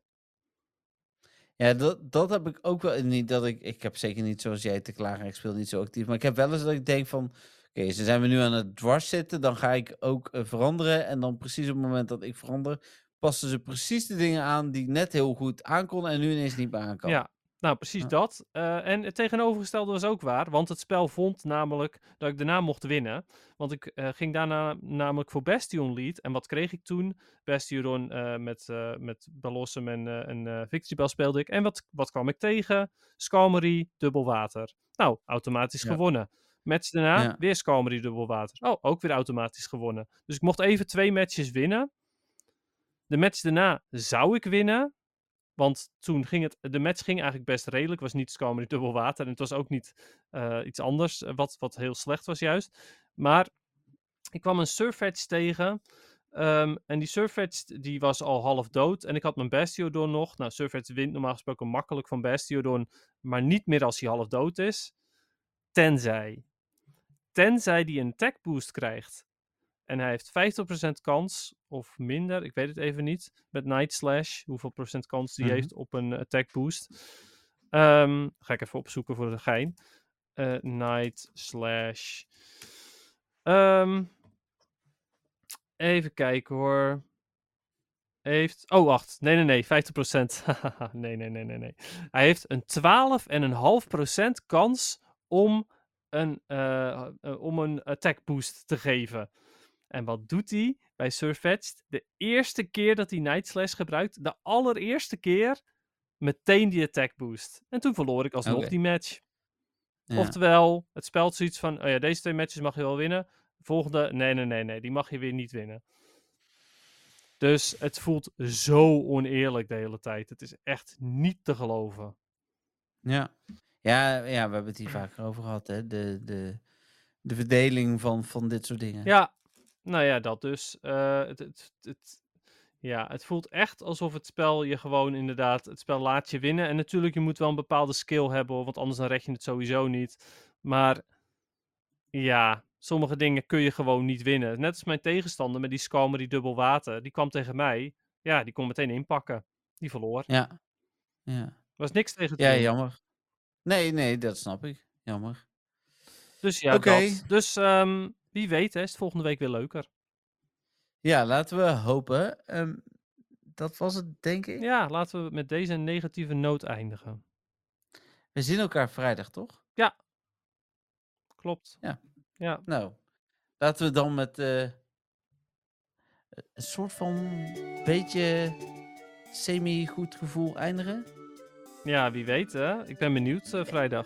Ja, dat, dat heb ik ook wel. Niet dat ik, ik heb zeker niet zoals jij te klagen, ik speel niet zo actief. Maar ik heb wel eens dat ik denk van, oké, okay, ze zijn we nu aan het dwars zitten, dan ga ik ook uh, veranderen. En dan precies op het moment dat ik verander, passen ze precies de dingen aan die net heel goed aankonden en nu ineens niet meer aankomen. Ja. Nou, precies ja. dat. Uh, en het tegenovergestelde was ook waar. Want het spel vond namelijk dat ik daarna mocht winnen. Want ik uh, ging daarna namelijk voor Bastion lead. En wat kreeg ik toen? Bastion uh, met, uh, met Balossum en, uh, en uh, Victreebel speelde ik. En wat, wat kwam ik tegen? Skarmory, dubbel water. Nou, automatisch ja. gewonnen. Match daarna, ja. weer Skarmory, dubbel water. Oh, ook weer automatisch gewonnen. Dus ik mocht even twee matches winnen. De match daarna zou ik winnen. Want toen ging het, de match ging eigenlijk best redelijk. Het was niet Skarmory dubbel water. En het was ook niet uh, iets anders, wat, wat heel slecht was juist. Maar ik kwam een Surfetch tegen. Um, en die Surfetch die was al half dood. En ik had mijn Bastiodon nog. Nou, Surfetch wint normaal gesproken makkelijk van Bastiodon. Maar niet meer als hij half dood is. Tenzij. Tenzij die een attack boost krijgt. En hij heeft vijftig procent kans, of minder, ik weet het even niet, met Night Slash, hoeveel procent kans die mm-hmm. heeft op een attack boost. Um, ga ik even opzoeken voor de gein. Uh, Night Slash. Um, even kijken hoor. Heeft, oh wacht, nee nee nee, vijftig procent. nee nee nee nee nee. Hij heeft een twaalf komma vijf procent kans om een, uh, uh, om een attack boost te geven. En wat doet hij bij Surfetched? De eerste keer dat hij Night Slash gebruikt, de allereerste keer, meteen die attack boost. En toen verloor ik alsnog okay. die match. Ja. Oftewel, het spelt zoiets van, oh ja, deze twee matches mag je wel winnen. Volgende, nee, nee, nee, nee, die mag je weer niet winnen. Dus het voelt zo oneerlijk de hele tijd. Het is echt niet te geloven. Ja, ja, ja we hebben het hier vaker over gehad, hè. De, de, de verdeling van, van dit soort dingen. Ja. Nou ja, dat dus. Uh, het, het, het, ja, het voelt echt alsof het spel je gewoon inderdaad... Het spel laat je winnen. En natuurlijk, je moet wel een bepaalde skill hebben, want anders dan red je het sowieso niet. Maar ja, sommige dingen kun je gewoon niet winnen. Net als mijn tegenstander met die Skarmory dubbel water. Die kwam tegen mij. Ja, die kon meteen inpakken. Die verloor. Ja. Ja. Was niks tegen te Ja, doen. jammer. Nee, nee, dat snap ik. Jammer. Dus ja, okay. dat. Dus... Um, Wie weet, hè, is het volgende week weer leuker. Ja, laten we hopen. Um, dat was het, denk ik. Ja, laten we met deze negatieve noot eindigen. We zien elkaar vrijdag, toch? Ja. Klopt. Ja. ja. Nou, laten we dan met uh, een soort van beetje semi-goed gevoel eindigen. Ja, wie weet, hè. Ik ben benieuwd uh, vrijdag.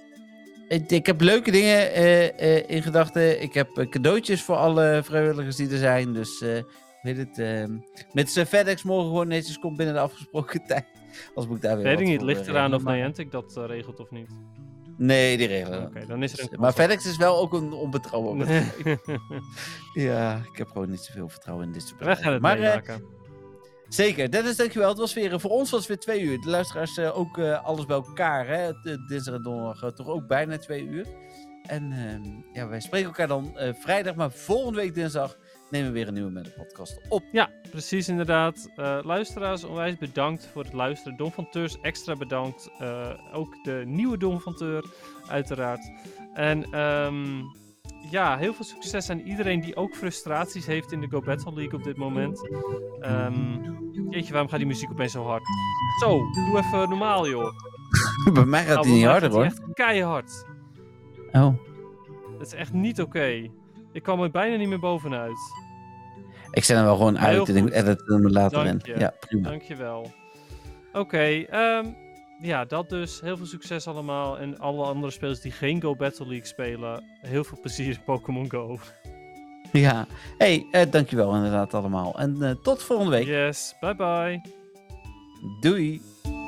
Ik heb leuke dingen uh, uh, in gedachten. Ik heb uh, cadeautjes voor alle vrijwilligers die er zijn. Dus uh, weet het, uh, met zijn FedEx morgen gewoon netjes komt binnen de afgesproken tijd. Als moet ik daar weer weet ik niet, het ligt eraan of Niantic dat uh, regelt of niet. Nee, die regelen. Oké, okay, dan is er een Maar FedEx is wel ook een onbetrouwbaar bedrijf. Ja, ik heb gewoon niet zoveel vertrouwen in dit soort bedrijven. We gaan het maar, meemaken. Uh, zeker, Dennis, dankjewel. Het was weer, voor ons was het weer twee uur. De luisteraars uh, ook uh, alles bij elkaar. Hè? De, dinsdag en donderdag uh, toch ook bijna twee uur. En uh, ja, wij spreken elkaar dan uh, vrijdag, maar volgende week dinsdag nemen we weer een nieuwe Meta podcast op. Ja, precies inderdaad. Uh, luisteraars, onwijs bedankt voor het luisteren. Dom van Teurs, extra bedankt. Uh, ook de nieuwe Dom van Teur, uiteraard. En um, ja, heel veel succes aan iedereen die ook frustraties heeft in de Go Battle League op dit moment. Um, jeetje, waarom gaat die muziek opeens zo hard? Zo, doe even normaal, joh. Bij mij gaat die nou, niet harder, hoor. Het is echt keihard. Oh. Het is echt niet oké. Okay. Ik kwam er bijna niet meer bovenuit. Ik zet hem wel gewoon uit en ik edit hem later in. Ja, prima. Dankjewel. Oké, okay, um, ja, dat dus. Heel veel succes allemaal. En alle andere spelers die geen Go Battle League spelen, heel veel plezier in Pokémon Go. Ja, hey, uh, dankjewel inderdaad allemaal. En uh, tot volgende week. Yes, bye bye. Doei.